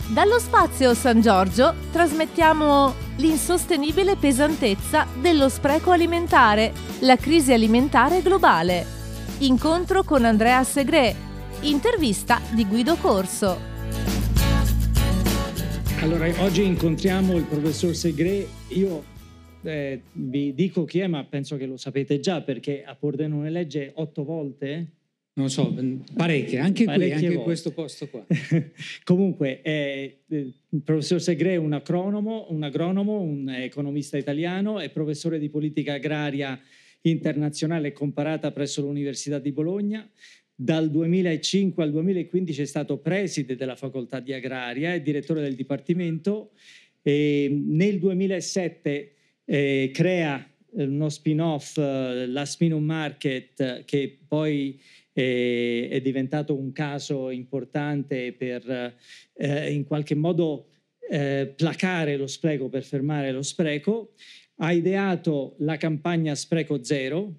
Dallo spazio San Giorgio trasmettiamo l'insostenibile pesantezza dello spreco alimentare, la crisi alimentare globale. Incontro con Andrea Segre, intervista di Guido Corso. Allora, oggi incontriamo il professor Segre. Io vi dico chi è, ma penso che lo sapete già, perché a Pordenone legge 8 volte. Non so, parecchie, anche in questo posto qua. Comunque, il professor Segre è un agronomo, un economista italiano, è professore di politica agraria internazionale e comparata presso l'Università di Bologna. Dal 2005 al 2015 è stato preside della facoltà di agraria e direttore del dipartimento. Nel 2007 crea uno spin-off, la Spinum Market, che poi è diventato un caso importante per in qualche modo placare lo spreco, per fermare lo spreco. Ha ideato la campagna Spreco Zero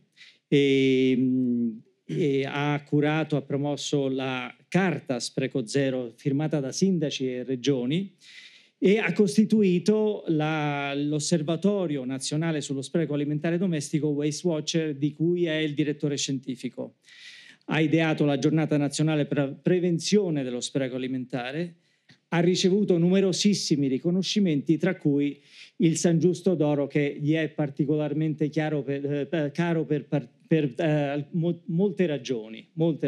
e ha curato, ha promosso la carta Spreco Zero firmata da sindaci e regioni e ha costituito l'Osservatorio Nazionale sullo Spreco Alimentare Domestico Waste Watcher, di cui è il direttore scientifico. Ha ideato la Giornata Nazionale per prevenzione dello spreco alimentare, ha ricevuto numerosissimi riconoscimenti, tra cui il San Giusto d'Oro, che gli è particolarmente caro per molte ragioni,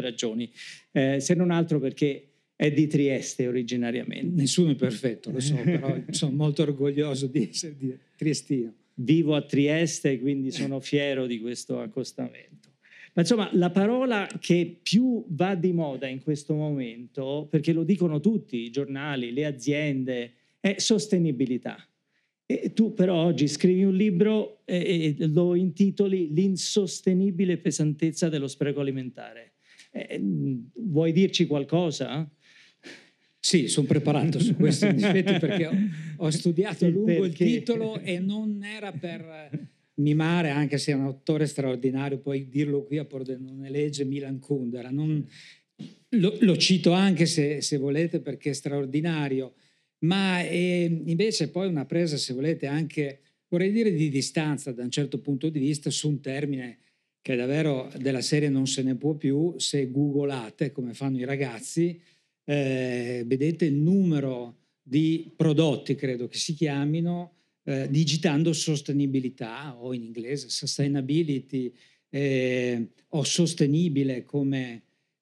se non altro perché è di Trieste originariamente. Nessuno è perfetto, lo so, però sono molto orgoglioso di essere triestino. Vivo a Trieste, quindi sono fiero di questo accostamento. Ma insomma, la parola che più va di moda in questo momento, perché lo dicono tutti, i giornali, le aziende, è sostenibilità. E tu però oggi scrivi un libro e lo intitoli L'insostenibile pesantezza dello spreco alimentare. Vuoi dirci qualcosa? Sì, sono preparato su questo, in effetti, perché ho studiato a lungo il titolo e non era per mimare, anche se è un autore straordinario, puoi dirlo qui a Pordenone legge, Milan Kundera. Lo cito anche se volete, perché è straordinario, ma invece poi una presa, se volete, anche, vorrei dire, di distanza da un certo punto di vista su un termine che davvero della serie non se ne può più. Se googolate, come fanno i ragazzi, vedete il numero di prodotti, credo che si chiamino, digitando sostenibilità, o in inglese sustainability, o sostenibile come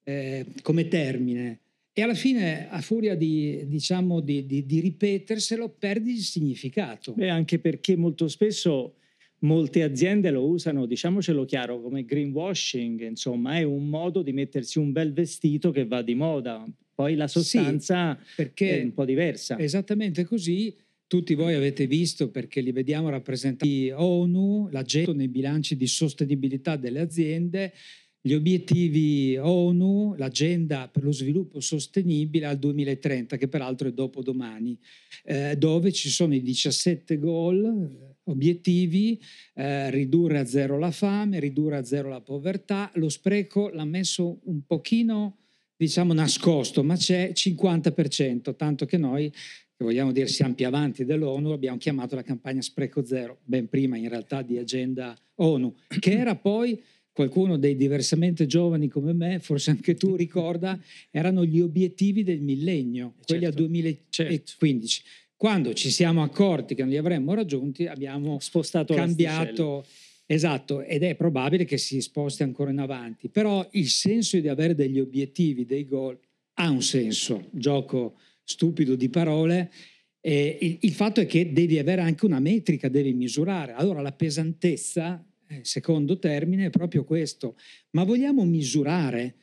termine, e alla fine, a furia di ripeterselo, perdi il significato. Anche perché molto spesso molte aziende lo usano, diciamocelo chiaro, come greenwashing, insomma, è un modo di mettersi un bel vestito che va di moda, poi la sostanza è un po' diversa. Esattamente così. Tutti voi avete visto, perché li vediamo rappresentati ONU, l'agenda nei bilanci di sostenibilità delle aziende, gli obiettivi ONU, l'agenda per lo sviluppo sostenibile al 2030, che peraltro è dopodomani, dove ci sono i 17 goal, obiettivi, ridurre a zero la fame, ridurre a zero la povertà. Lo spreco l'ha messo un pochino, nascosto, ma c'è 50%, tanto che noi, che vogliamo dire siamo più avanti dell'ONU, abbiamo chiamato la campagna Spreco Zero, ben prima in realtà di agenda ONU, che era poi, qualcuno dei diversamente giovani come me, forse anche tu ricorda, erano gli obiettivi del millennio, quelli al 2015. Quando ci siamo accorti che non li avremmo raggiunti, abbiamo spostato, cambiato. Esatto, ed è probabile che si sposti ancora in avanti, però il senso di avere degli obiettivi, dei goal, ha un senso, gioco stupido di parole. Il fatto è che devi avere anche una metrica, devi misurare. Allora la pesantezza, secondo termine, è proprio questo. Ma vogliamo misurare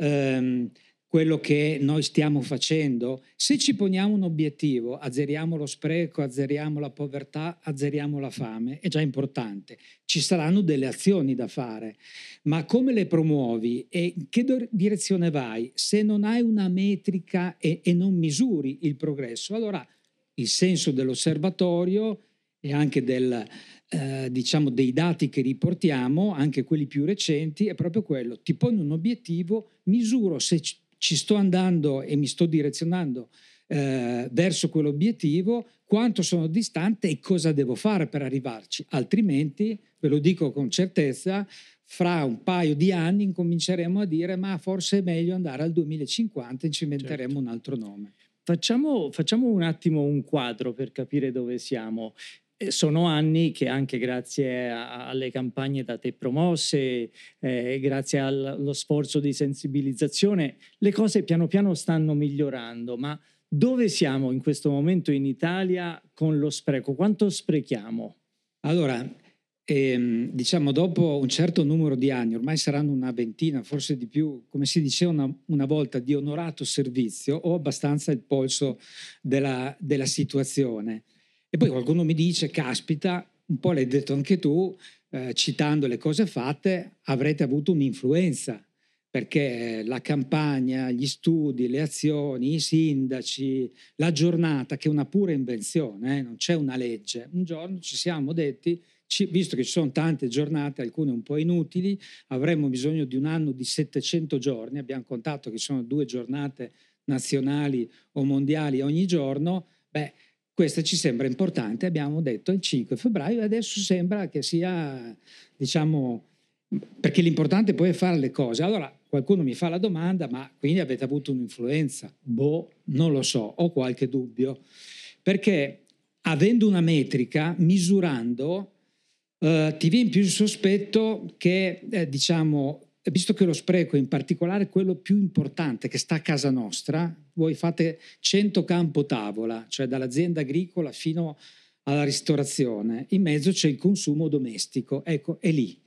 quello che noi stiamo facendo? Se ci poniamo un obiettivo, azzeriamo lo spreco, azzeriamo la povertà, azzeriamo la fame, è già importante. Ci saranno delle azioni da fare, ma come le promuovi e in che direzione vai? Se non hai una metrica e non misuri il progresso, allora il senso dell'osservatorio e anche dei dati che riportiamo, anche quelli più recenti, è proprio quello: ti poni un obiettivo, misuro se ci sto andando e mi sto direzionando verso quell'obiettivo, quanto sono distante e cosa devo fare per arrivarci. Altrimenti, ve lo dico con certezza, fra un paio di anni incominceremo a dire ma forse è meglio andare al 2050 e ci inventeremo un altro nome. Facciamo un attimo un quadro per capire dove siamo. Sono anni che anche grazie alle campagne da te promosse, grazie allo sforzo di sensibilizzazione, le cose piano piano stanno migliorando, ma dove siamo in questo momento in Italia con lo spreco? Quanto sprechiamo? Allora, diciamo dopo un certo numero di anni, ormai saranno una ventina, forse di più, come si diceva una volta, di onorato servizio, ho abbastanza il polso della situazione. E poi qualcuno mi dice, caspita, un po' l'hai detto anche tu, citando le cose fatte, avrete avuto un'influenza, perché la campagna, gli studi, le azioni, i sindaci, la giornata, che è una pura invenzione, non c'è una legge. Un giorno ci siamo detti, visto che ci sono tante giornate, alcune un po' inutili, avremmo bisogno di un anno di 700 giorni, abbiamo contato che sono 2 giornate nazionali o mondiali ogni giorno, questa ci sembra importante, abbiamo detto il 5 febbraio e adesso sembra che sia, diciamo, perché l'importante poi è fare le cose. Allora qualcuno mi fa la domanda, ma quindi avete avuto un'influenza? Non lo so, ho qualche dubbio, perché avendo una metrica, misurando, ti viene più il sospetto che, diciamo, visto che lo spreco, in particolare quello più importante che sta a casa nostra, voi fate 100 campo tavola, cioè dall'azienda agricola fino alla ristorazione, in mezzo c'è il consumo domestico, ecco, è lì,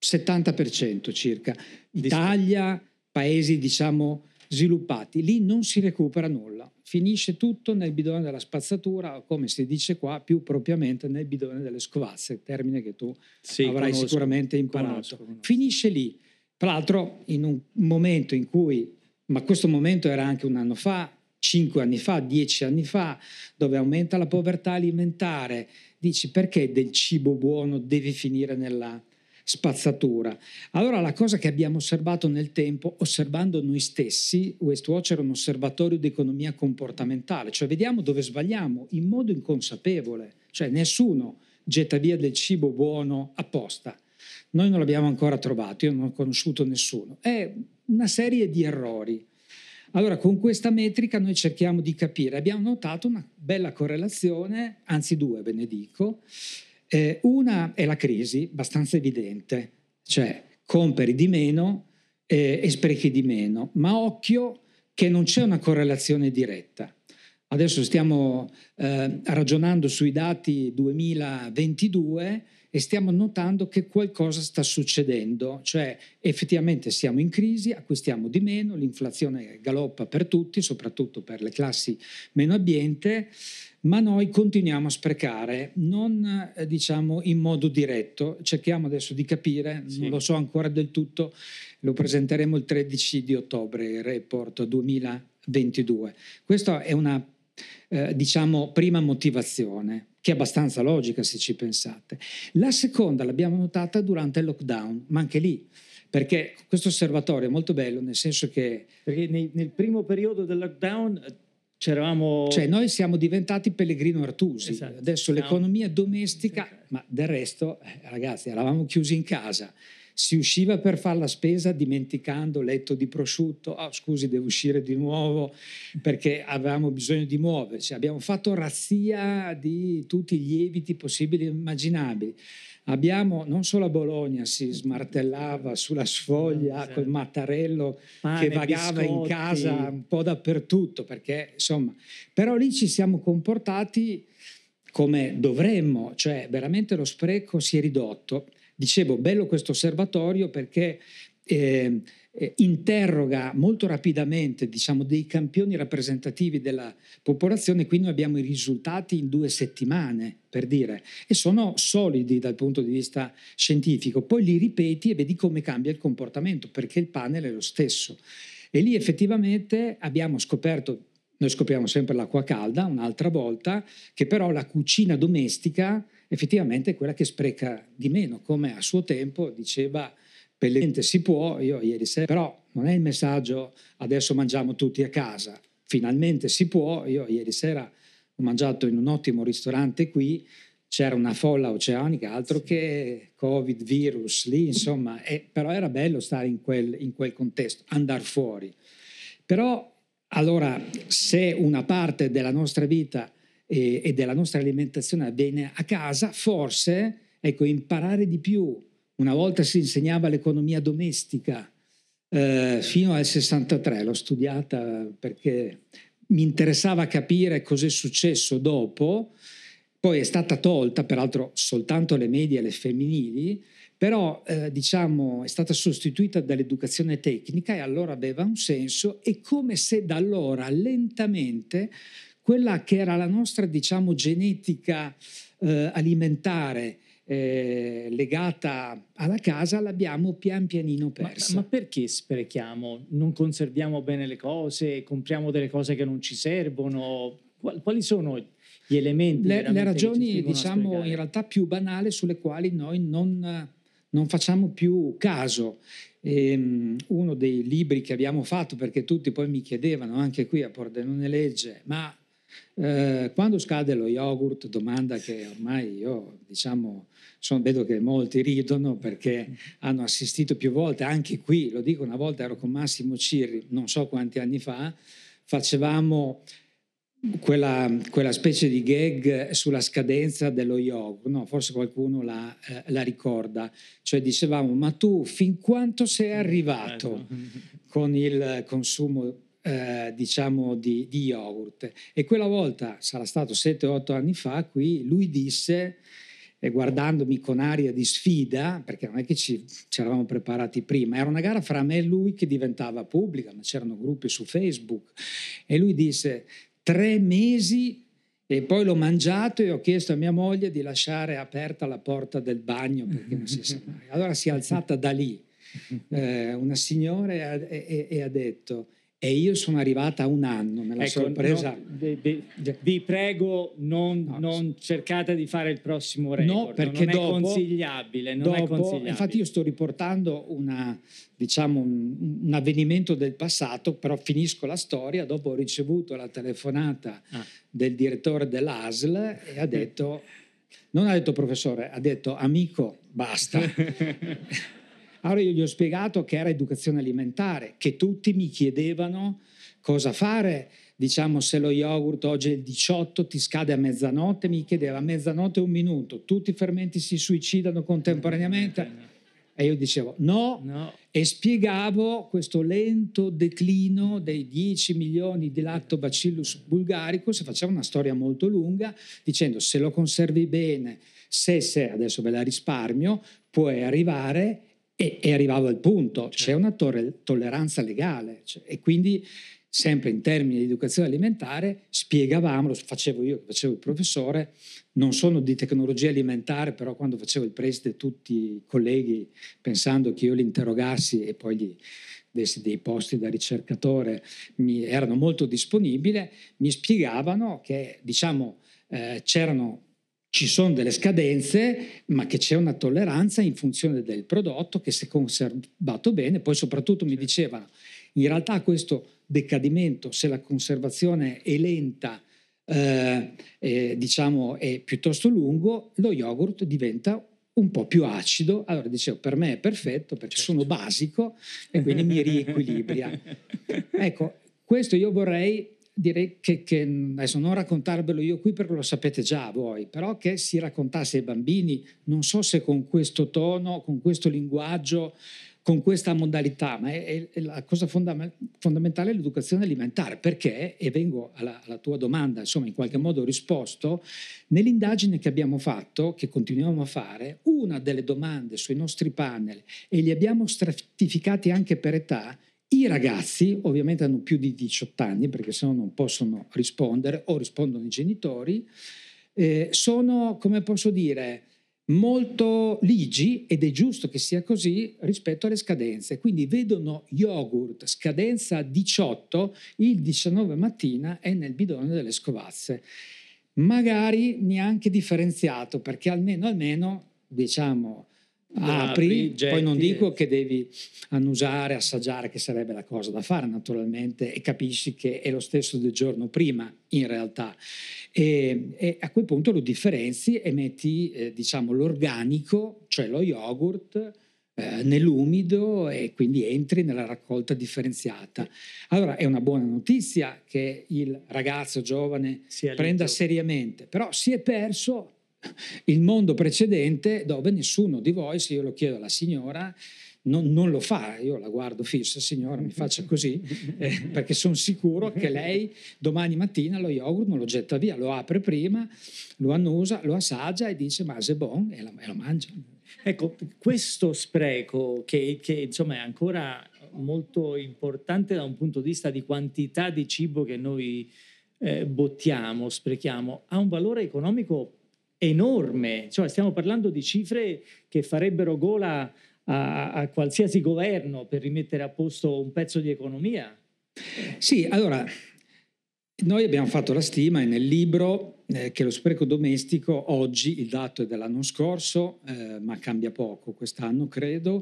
70% circa. Italia, paesi diciamo sviluppati, lì non si recupera nulla, finisce tutto nel bidone della spazzatura, o come si dice qua, più propriamente nel bidone delle scovazze, termine che tu avrai sicuramente imparato. Finisce lì. Tra l'altro in un momento in cui, ma questo momento era anche un anno fa, 5 anni fa, 10 anni fa, dove aumenta la povertà alimentare, dici perché del cibo buono deve finire nella spazzatura? Allora la cosa che abbiamo osservato nel tempo, osservando noi stessi, Westwatch era un osservatorio di economia comportamentale, cioè vediamo dove sbagliamo in modo inconsapevole, cioè nessuno getta via del cibo buono apposta. Noi non l'abbiamo ancora trovato, io non ho conosciuto nessuno. È una serie di errori. Allora, con questa metrica noi cerchiamo di capire. Abbiamo notato una bella correlazione, anzi 2 ve ne dico. Una è la crisi, abbastanza evidente, cioè compri di meno e sprechi di meno, ma occhio che non c'è una correlazione diretta. Adesso stiamo ragionando sui dati 2022 e stiamo notando che qualcosa sta succedendo, cioè effettivamente siamo in crisi, acquistiamo di meno, l'inflazione galoppa per tutti, soprattutto per le classi meno abbienti, ma noi continuiamo a sprecare, non diciamo in modo diretto, cerchiamo adesso di capire, non lo so ancora del tutto, lo presenteremo il 13 di ottobre, il report 2022. Questa è una diciamo prima motivazione, che è abbastanza logica se ci pensate. La seconda l'abbiamo notata durante il lockdown, ma anche lì, perché questo osservatorio è molto bello, nel senso che... Perché nel primo periodo del lockdown c'eravamo... Cioè noi siamo diventati Pellegrino Artusi, esatto. Adesso l'economia domestica, ma del resto, ragazzi, eravamo chiusi in casa. Si usciva per fare la spesa dimenticando letto di prosciutto, scusi devo uscire di nuovo perché avevamo bisogno di muoverci, abbiamo fatto razzia di tutti gli lieviti possibili e immaginabili, abbiamo, non solo a Bologna si smartellava sulla sfoglia col mattarello che vagava in casa un po' dappertutto, perché insomma, però lì ci siamo comportati come dovremmo, cioè veramente lo spreco si è ridotto. Dicevo, bello questo osservatorio perché interroga molto rapidamente, diciamo, dei campioni rappresentativi della popolazione, quindi abbiamo i risultati in 2 settimane, per dire, e sono solidi dal punto di vista scientifico. Poi li ripeti e vedi come cambia il comportamento, perché il panel è lo stesso. E lì effettivamente abbiamo scoperto, noi scopriamo sempre l'acqua calda un'altra volta, che però la cucina domestica effettivamente è quella che spreca di meno, come a suo tempo diceva per si può, io ieri sera, però non è il messaggio adesso mangiamo tutti a casa, finalmente si può. Io ieri sera ho mangiato in un ottimo ristorante qui, c'era una folla oceanica, altro che Covid, virus lì, insomma, però era bello stare in quel contesto, andare fuori. Però allora, se una parte della nostra vita e della nostra alimentazione avviene a casa, forse, ecco, imparare di più. Una volta si insegnava l'economia domestica fino al 63, l'ho studiata perché mi interessava capire cos'è successo dopo. Poi è stata tolta, peraltro soltanto le medie e le femminili, però diciamo è stata sostituita dall'educazione tecnica e allora aveva un senso. È come se da allora lentamente quella che era la nostra, diciamo, genetica alimentare legata alla casa l'abbiamo pian pianino persa. Ma perché sprechiamo? Non conserviamo bene le cose, compriamo delle cose che non ci servono? Quali sono gli elementi? Le ragioni, diciamo, in realtà più banali sulle quali noi non facciamo più caso. Uno dei libri che abbiamo fatto, perché tutti poi mi chiedevano anche qui a Pordenone Legge, ma quando scade lo yogurt? Domanda che ormai io, diciamo, vedo che molti ridono perché hanno assistito più volte, anche qui, lo dico, una volta ero con Massimo Cirri, non so quanti anni fa, facevamo quella specie di gag sulla scadenza dello yogurt, no? Forse qualcuno la ricorda, cioè dicevamo: ma tu fin quanto sei arrivato con il consumo diciamo di yogurt? E quella volta, sarà stato 7-8 anni fa, qui lui disse, guardandomi con aria di sfida, perché non è che ci eravamo preparati prima, era una gara fra me e lui che diventava pubblica, ma c'erano gruppi su Facebook, e lui disse: 3 mesi e poi l'ho mangiato e ho chiesto a mia moglie di lasciare aperta la porta del bagno perché non si sa mai. Allora si è alzata da lì una signora e ha detto: e io sono arrivata a 1 anno, me la sono presa. No, vi prego, non cercate di fare il prossimo record. No, perché non dopo, è consigliabile. Non è consigliabile. Infatti io sto riportando un avvenimento del passato, però finisco la storia. Dopo ho ricevuto la telefonata del direttore dell'ASL e ha detto, non ha detto professore, ha detto amico, basta. Allora io gli ho spiegato che era educazione alimentare, che tutti mi chiedevano cosa fare, diciamo, se lo yogurt oggi è il 18 ti scade a mezzanotte, mi chiedeva a mezzanotte 1 minuto, tutti i fermenti si suicidano contemporaneamente e io dicevo no. E spiegavo questo lento declino dei 10 milioni di Lactobacillus bulgaricus, facevo una storia molto lunga dicendo: se lo conservi bene, se adesso ve la risparmio, puoi arrivare. E arrivavo al punto, c'è una tolleranza legale, e quindi sempre in termini di educazione alimentare spiegavamo, lo facevo io, facevo il professore, non sono di tecnologia alimentare, però quando facevo il preside tutti i colleghi, pensando che io li interrogassi e poi gli dessi dei posti da ricercatore, erano molto disponibili, mi spiegavano che, diciamo, ci sono delle scadenze, ma che c'è una tolleranza in funzione del prodotto, che se conservato bene, poi soprattutto mi dicevano, in realtà questo decadimento, se la conservazione è lenta, diciamo è piuttosto lungo, lo yogurt diventa un po' più acido. Allora dicevo, per me è perfetto perché sono basico e quindi mi riequilibria. Ecco, questo io vorrei direi che adesso non raccontarvelo io qui perché lo sapete già voi, però che si raccontasse ai bambini, non so se con questo tono, con questo linguaggio, con questa modalità, ma è la cosa fondamentale l'educazione alimentare, perché, e vengo alla tua domanda, insomma in qualche modo ho risposto, nell'indagine che abbiamo fatto, che continuiamo a fare, una delle domande sui nostri panel, e li abbiamo stratificati anche per età, i ragazzi ovviamente hanno più di 18 anni perché sennò non possono rispondere o rispondono i genitori, sono, come posso dire, molto ligi, ed è giusto che sia così, rispetto alle scadenze. Quindi vedono yogurt scadenza 18, il 19 mattina è nel bidone delle Scovazze. Magari neanche differenziato, perché almeno diciamo apri, poi non dico che devi annusare, assaggiare, che sarebbe la cosa da fare naturalmente, e capisci che è lo stesso del giorno prima in realtà, e a quel punto lo differenzi e metti diciamo l'organico, cioè lo yogurt, nell'umido, e quindi entri nella raccolta differenziata. Allora è una buona notizia che il ragazzo giovane prenda seriamente, però si è perso il mondo precedente, dove nessuno di voi, se io lo chiedo alla signora, non lo fa. Io la guardo fissa: signora, mi faccia così, perché sono sicuro che lei domani mattina lo yogurt non lo getta via, lo apre prima, lo annusa, lo assaggia e dice ma c'est bon, e lo mangia. Ecco, questo spreco che insomma è ancora molto importante da un punto di vista di quantità di cibo che noi bottiamo, sprechiamo, ha un valore economico enorme. Cioè, stiamo parlando di cifre che farebbero gola a qualsiasi governo per rimettere a posto un pezzo di economia. Sì, allora noi abbiamo fatto la stima, e nel libro, che lo spreco domestico oggi, il dato è dell'anno scorso, ma cambia poco quest'anno credo,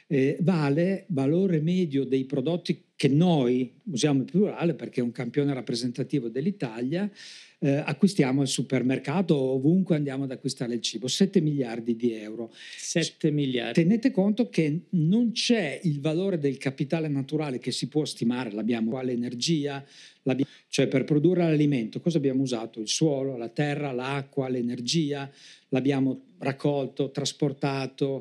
vale valore medio dei prodotti che noi usiamo in plurale, perché è un campione rappresentativo dell'Italia, acquistiamo al supermercato o ovunque andiamo ad acquistare il cibo, 7 miliardi di euro. 7 miliardi. Tenete conto che non c'è il valore del capitale naturale che si può stimare, l'abbiamo qua l'energia, cioè per produrre l'alimento cosa abbiamo usato? Il suolo, la terra, l'acqua, l'energia, l'abbiamo raccolto, trasportato,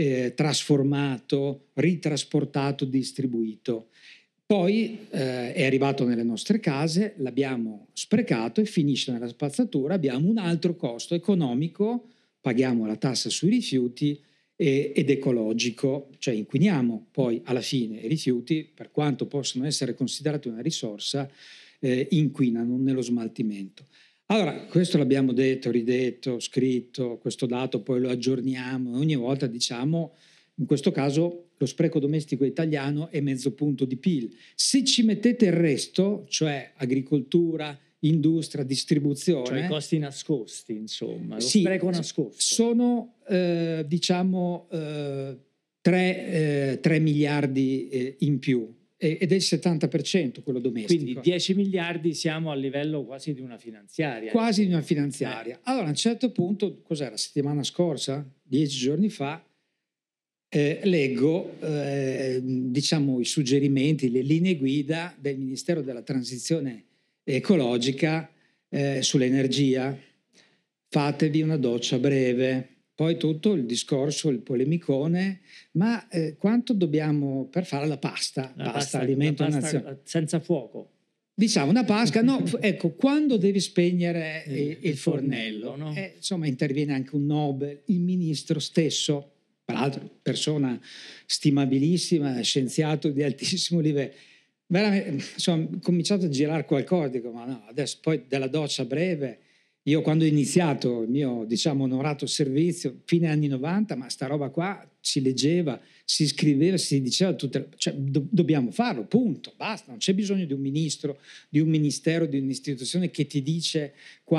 trasformato, ritrasportato, distribuito. Poi è arrivato nelle nostre case, l'abbiamo sprecato e finisce nella spazzatura, abbiamo un altro costo economico, paghiamo la tassa sui rifiuti ed ecologico, cioè inquiniamo poi alla fine i rifiuti, per quanto possono essere considerati una risorsa, inquinano nello smaltimento. Allora, questo l'abbiamo detto, ridetto, scritto, questo dato poi lo aggiorniamo e ogni volta diciamo, in questo caso lo spreco domestico italiano è mezzo punto di PIL. Se ci mettete il resto, cioè agricoltura, industria, distribuzione, cioè i costi nascosti, insomma, lo spreco nascosto, sono diciamo 3 miliardi in più, ed è il 70% quello domestico. Quindi 10 miliardi siamo a livello quasi di una finanziaria. Quasi di una finanziaria. Allora a un certo punto, cos'era, settimana scorsa, 10 giorni fa, leggo diciamo i suggerimenti, le linee guida del Ministero della Transizione Ecologica sull'energia. Fatevi una doccia breve. Poi tutto il discorso, il polemicone, ma quanto dobbiamo per fare la pasta? Pasta, alimento nazionale. Senza fuoco. Diciamo una pasta, no, ecco, quando devi spegnere il fornello, no? Insomma interviene anche un Nobel, il ministro stesso, tra l'altro persona stimabilissima, scienziato di altissimo livello. Veramente, insomma, ho cominciato a girare qualcosa, dico ma no, adesso poi della doccia breve. Io quando ho iniziato il mio, diciamo, onorato servizio, fine anni 90, ma sta roba qua si leggeva, si scriveva, si diceva, cioè dobbiamo farlo, punto, basta, non c'è bisogno di un ministro, di un ministero, di un'istituzione che ti dice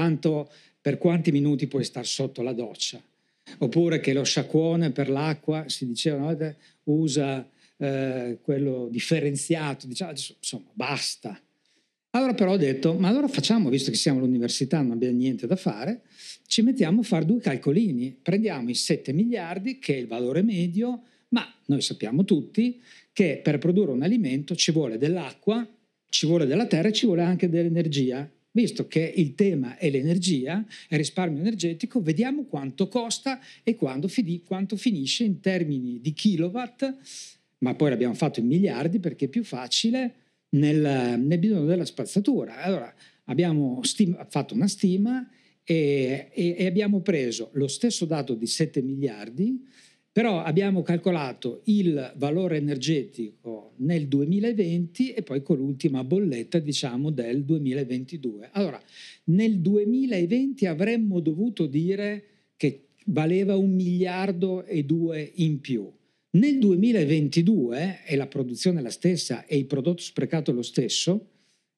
per quanti minuti puoi star sotto la doccia. Oppure che lo sciacquone per l'acqua, si diceva una volta, usa quello differenziato, diciamo, adesso, insomma, basta. Allora però ho detto, ma allora facciamo, visto che siamo all'università, non abbiamo niente da fare, ci mettiamo a fare 2 calcolini, prendiamo i 7 miliardi, che è il valore medio, ma noi sappiamo tutti che per produrre un alimento ci vuole dell'acqua, ci vuole della terra e ci vuole anche dell'energia. Visto che il tema è l'energia, il risparmio energetico, vediamo quanto costa e quanto finisce in termini di kilowatt, ma poi l'abbiamo fatto in miliardi perché è più facile, nel bisogno della spazzatura. Allora abbiamo fatto una stima e abbiamo preso lo stesso dato di 7 miliardi, però abbiamo calcolato il valore energetico nel 2020 e poi con l'ultima bolletta, diciamo, del 2022. Allora, nel 2020 avremmo dovuto dire che valeva 1,2 miliardi in più. Nel 2022, e la produzione è la stessa e il prodotto sprecato è lo stesso,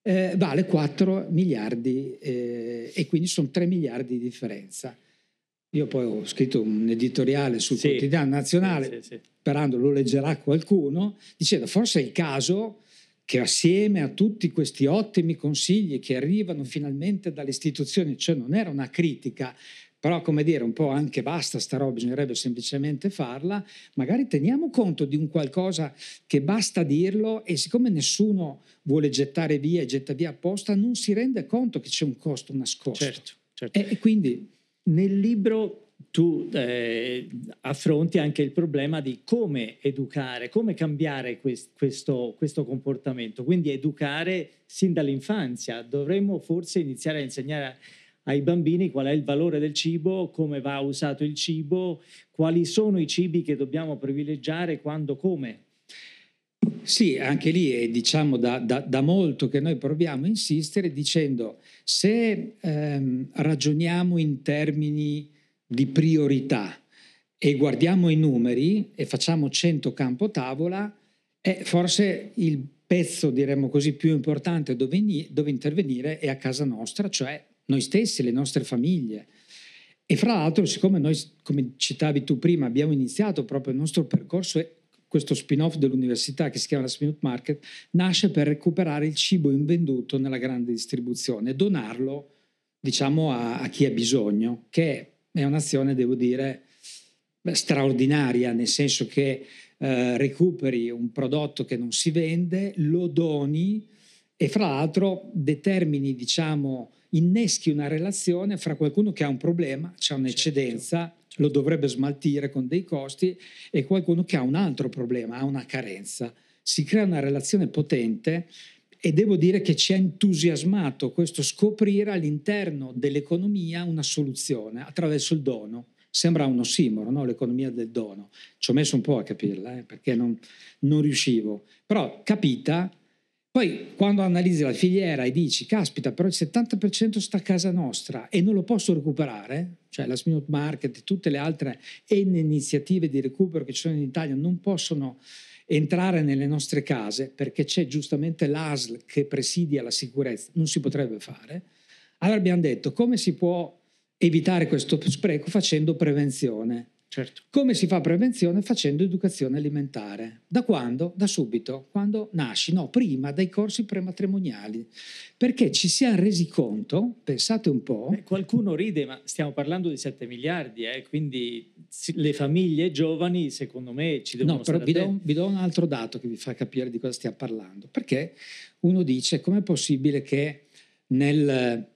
vale 4 miliardi e quindi sono 3 miliardi di differenza. Io poi ho scritto un editoriale sul Quotidiano Nazionale, sperando lo leggerà qualcuno, dicendo forse è il caso che assieme a tutti questi ottimi consigli che arrivano finalmente dalle istituzioni, cioè non era una critica, però come dire un po' anche basta sta roba, bisognerebbe semplicemente farla, magari teniamo conto di un qualcosa che basta dirlo e siccome nessuno vuole gettare via e getta via apposta, non si rende conto che c'è un costo nascosto. Certo. E quindi nel libro tu affronti anche il problema di come educare, come cambiare questo comportamento, quindi educare sin dall'infanzia. Dovremmo forse iniziare a insegnare ai bambini qual è il valore del cibo, come va usato il cibo, quali sono i cibi che dobbiamo privilegiare, quando, come. Sì, anche lì è diciamo da molto che noi proviamo a insistere dicendo se ragioniamo in termini di priorità e guardiamo i numeri e facciamo 100 campo tavola, forse il pezzo, diremmo così, più importante dove intervenire è a casa nostra, cioè noi stessi, le nostre famiglie. E fra l'altro, siccome noi, come citavi tu prima, abbiamo iniziato proprio il nostro percorso, questo spin-off dell'università che si chiama la Smith Market, nasce per recuperare il cibo invenduto nella grande distribuzione e donarlo, diciamo, a chi ha bisogno, che è un'azione, devo dire, straordinaria, nel senso che recuperi un prodotto che non si vende, lo doni e fra l'altro determini, diciamo, inneschi una relazione fra qualcuno che ha un problema, c'è un'eccedenza, lo dovrebbe smaltire con dei costi, e qualcuno che ha un altro problema, ha una carenza. Si crea una relazione potente e devo dire che ci ha entusiasmato questo scoprire all'interno dell'economia una soluzione attraverso il dono. Sembra un ossimoro, no? L'economia del dono. Ci ho messo un po' a capirla, perché non riuscivo. Però capita. Poi quando analizzi la filiera e dici, caspita, però il 70% sta a casa nostra e non lo posso recuperare, cioè la Smith Market e tutte le altre iniziative di recupero che ci sono in Italia non possono entrare nelle nostre case perché c'è giustamente l'ASL che presidia la sicurezza, non si potrebbe fare. Allora abbiamo detto, come si può evitare questo spreco? Facendo prevenzione. Certo. Come si fa prevenzione? Facendo educazione alimentare. Da quando? Da subito, quando nasci, no, prima, dai corsi prematrimoniali, perché ci siamo resi conto, pensate un po'. Qualcuno ride, ma stiamo parlando di 7 miliardi, quindi le famiglie giovani, secondo me, ci devono stare attenti. No, però vi do un altro dato che vi fa capire di cosa stiamo parlando, perché uno dice, com'è possibile che nel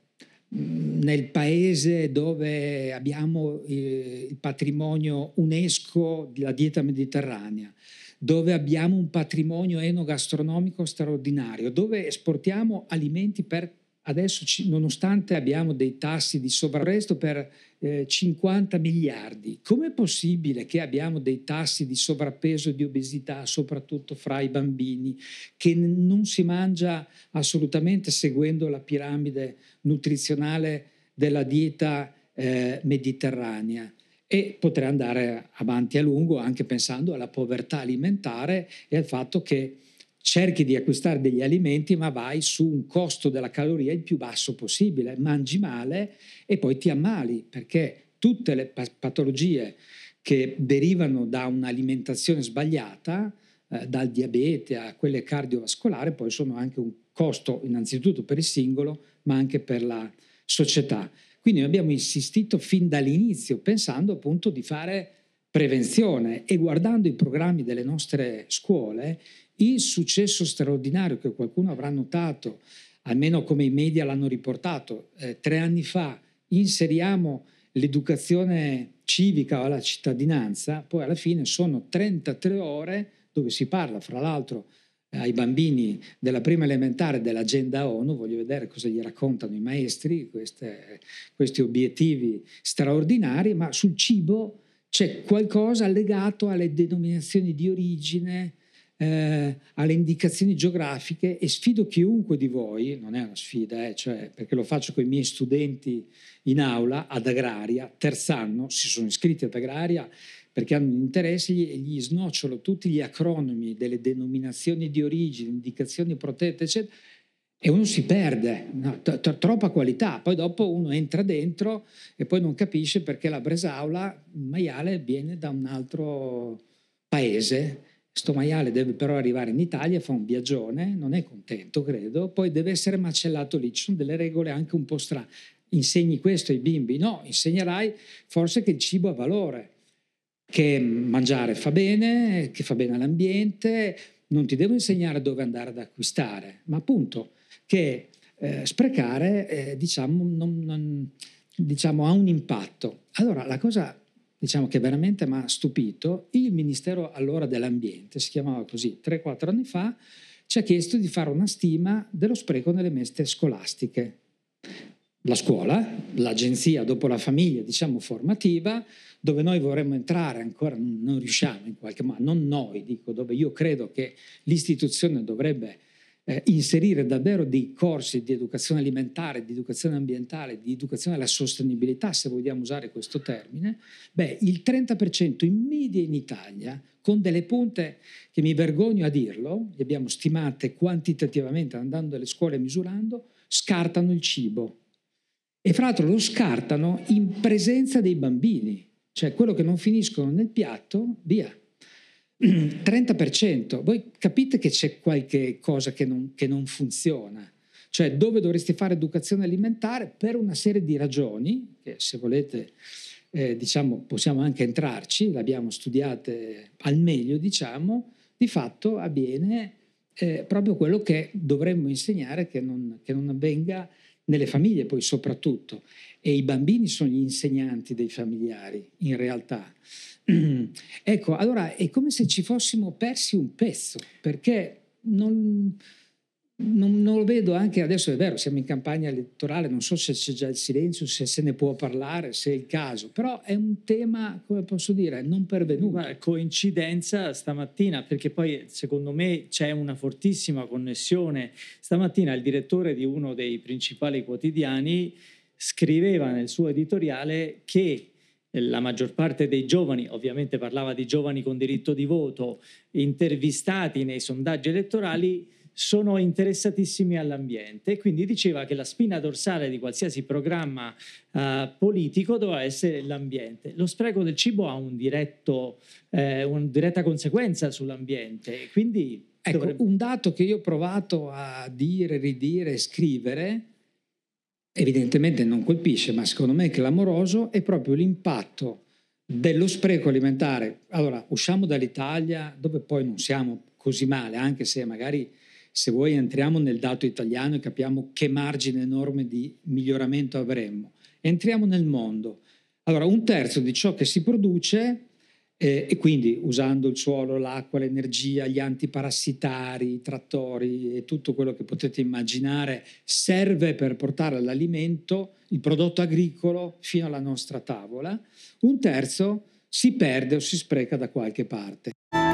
paese dove abbiamo il patrimonio UNESCO della dieta mediterranea, dove abbiamo un patrimonio enogastronomico straordinario, dove esportiamo alimenti per adesso, nonostante abbiamo dei tassi di sovrarresto per 50 miliardi, com'è possibile che abbiamo dei tassi di sovrappeso e di obesità, soprattutto fra i bambini, che non si mangia assolutamente seguendo la piramide nutrizionale della dieta mediterranea? E potrei andare avanti a lungo anche pensando alla povertà alimentare e al fatto che cerchi di acquistare degli alimenti ma vai su un costo della caloria il più basso possibile, mangi male e poi ti ammali, perché tutte le patologie che derivano da un'alimentazione sbagliata, dal diabete a quelle cardiovascolari, poi sono anche un costo innanzitutto per il singolo ma anche per la società. Quindi abbiamo insistito fin dall'inizio pensando appunto di fare prevenzione e guardando i programmi delle nostre scuole il successo straordinario che qualcuno avrà notato, almeno come i media l'hanno riportato, 3 anni fa inseriamo l'educazione civica o la cittadinanza, poi alla fine sono 33 ore dove si parla, fra l'altro, ai bambini della prima elementare dell'agenda ONU, voglio vedere cosa gli raccontano i maestri, questi obiettivi straordinari, ma sul cibo c'è qualcosa legato alle denominazioni di origine, alle indicazioni geografiche, e sfido chiunque di voi, non è una sfida, cioè, perché lo faccio con i miei studenti in aula ad Agraria, terz'anno, si sono iscritti ad Agraria perché hanno interesse, gli snocciolo tutti gli acronimi delle denominazioni di origine, indicazioni protette, eccetera, e uno si perde, no? Troppa qualità, poi dopo uno entra dentro e poi non capisce perché la bresaola, il maiale viene da un altro paese. Sto maiale deve però arrivare in Italia, fa un viaggione, non è contento credo, poi deve essere macellato lì, ci sono delle regole anche un po' strane. Insegni questo ai bimbi? No, insegnerai forse che il cibo ha valore, che mangiare fa bene, che fa bene all'ambiente, non ti devo insegnare dove andare ad acquistare, ma appunto che sprecare diciamo, ha un impatto. Allora la cosa diciamo che veramente mi ha stupito, il Ministero allora dell'Ambiente, si chiamava così, 3-4 anni fa, ci ha chiesto di fare una stima dello spreco nelle mense scolastiche. La scuola, l'agenzia dopo la famiglia, diciamo formativa, dove noi vorremmo entrare, ancora non riusciamo in qualche modo, non noi, dico, dove io credo che l'istituzione dovrebbe inserire davvero dei corsi di educazione alimentare, di educazione ambientale, di educazione alla sostenibilità, se vogliamo usare questo termine, il 30% in media in Italia, con delle punte che mi vergogno a dirlo, le abbiamo stimate quantitativamente andando alle scuole e misurando, scartano il cibo. E fra l'altro lo scartano in presenza dei bambini, cioè quello che non finiscono nel piatto, via. 30%, voi capite che c'è qualche cosa che non funziona, cioè dove dovreste fare educazione alimentare per una serie di ragioni, che se volete diciamo possiamo anche entrarci, l'abbiamo studiate al meglio diciamo, di fatto avviene proprio quello che dovremmo insegnare che non avvenga nelle famiglie poi soprattutto, e i bambini sono gli insegnanti dei familiari in realtà. Ecco, allora è come se ci fossimo persi un pezzo, perché non lo vedo anche adesso, è vero, siamo in campagna elettorale, non so se c'è già il silenzio, se ne può parlare, se è il caso, però è un tema, come posso dire, non pervenuto. Guarda, coincidenza stamattina, perché poi secondo me c'è una fortissima connessione. Stamattina il direttore di uno dei principali quotidiani scriveva nel suo editoriale che la maggior parte dei giovani, ovviamente parlava di giovani con diritto di voto, intervistati nei sondaggi elettorali, sono interessatissimi all'ambiente, e quindi diceva che la spina dorsale di qualsiasi programma politico doveva essere l'ambiente. Lo spreco del cibo ha una diretta conseguenza sull'ambiente, quindi ecco, un dato che io ho provato a dire, ridire, scrivere, evidentemente non colpisce, ma secondo me è clamoroso, è proprio l'impatto dello spreco alimentare. Allora, usciamo dall'Italia, dove poi non siamo così male, anche se magari, se vuoi, entriamo nel dato italiano e capiamo che margine enorme di miglioramento avremmo. Entriamo nel mondo. Allora, 1/3 di ciò che si produce, e quindi usando il suolo, l'acqua, l'energia, gli antiparassitari, i trattori e tutto quello che potete immaginare, serve per portare l'alimento, il prodotto agricolo, fino alla nostra tavola. 1/3 si perde o si spreca da qualche parte.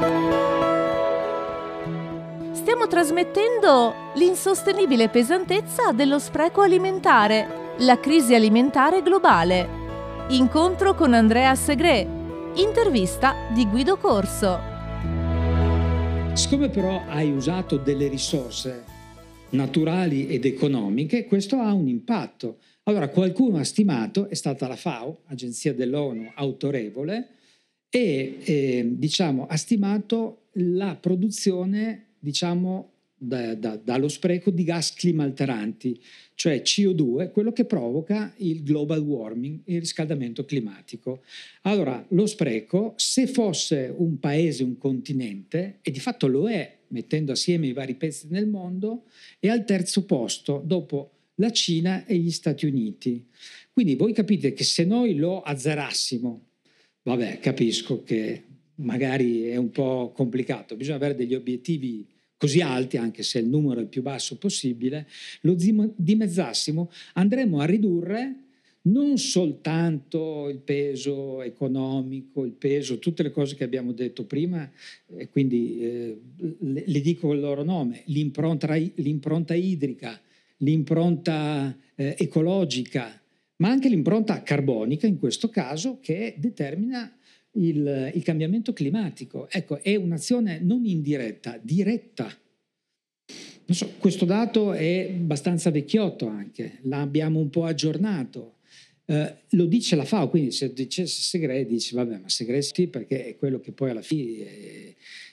Stiamo trasmettendo l'insostenibile pesantezza dello spreco alimentare, la crisi alimentare globale. Incontro con Andrea Segre. Intervista di Guido Corso. Siccome però hai usato delle risorse naturali ed economiche, questo ha un impatto. Allora qualcuno ha stimato, è stata la FAO, agenzia dell'ONU autorevole, e diciamo, ha stimato la produzione, diciamo, dallo spreco di gas climalteranti, cioè CO2, quello che provoca il global warming, il riscaldamento climatico. Allora, lo spreco, se fosse un paese, un continente, e di fatto lo è, mettendo assieme i vari pezzi nel mondo, è al 3° posto, dopo la Cina e gli Stati Uniti. Quindi voi capite che se noi lo azzerassimo, vabbè, capisco che magari è un po' complicato, bisogna avere degli obiettivi così alti, anche se il numero è il più basso possibile, lo dimezzassimo, andremo a ridurre non soltanto il peso economico, il peso, tutte le cose che abbiamo detto prima, e quindi le dico il loro nome, l'impronta idrica, l'impronta ecologica, ma anche l'impronta carbonica in questo caso, che determina il cambiamento climatico. Ecco, è un'azione non indiretta, diretta. Non so, questo dato è abbastanza vecchiotto anche, l'abbiamo un po' aggiornato. Lo dice la FAO, quindi se dicesse Segre dici vabbè, ma Segre sì, perché è quello che poi alla fine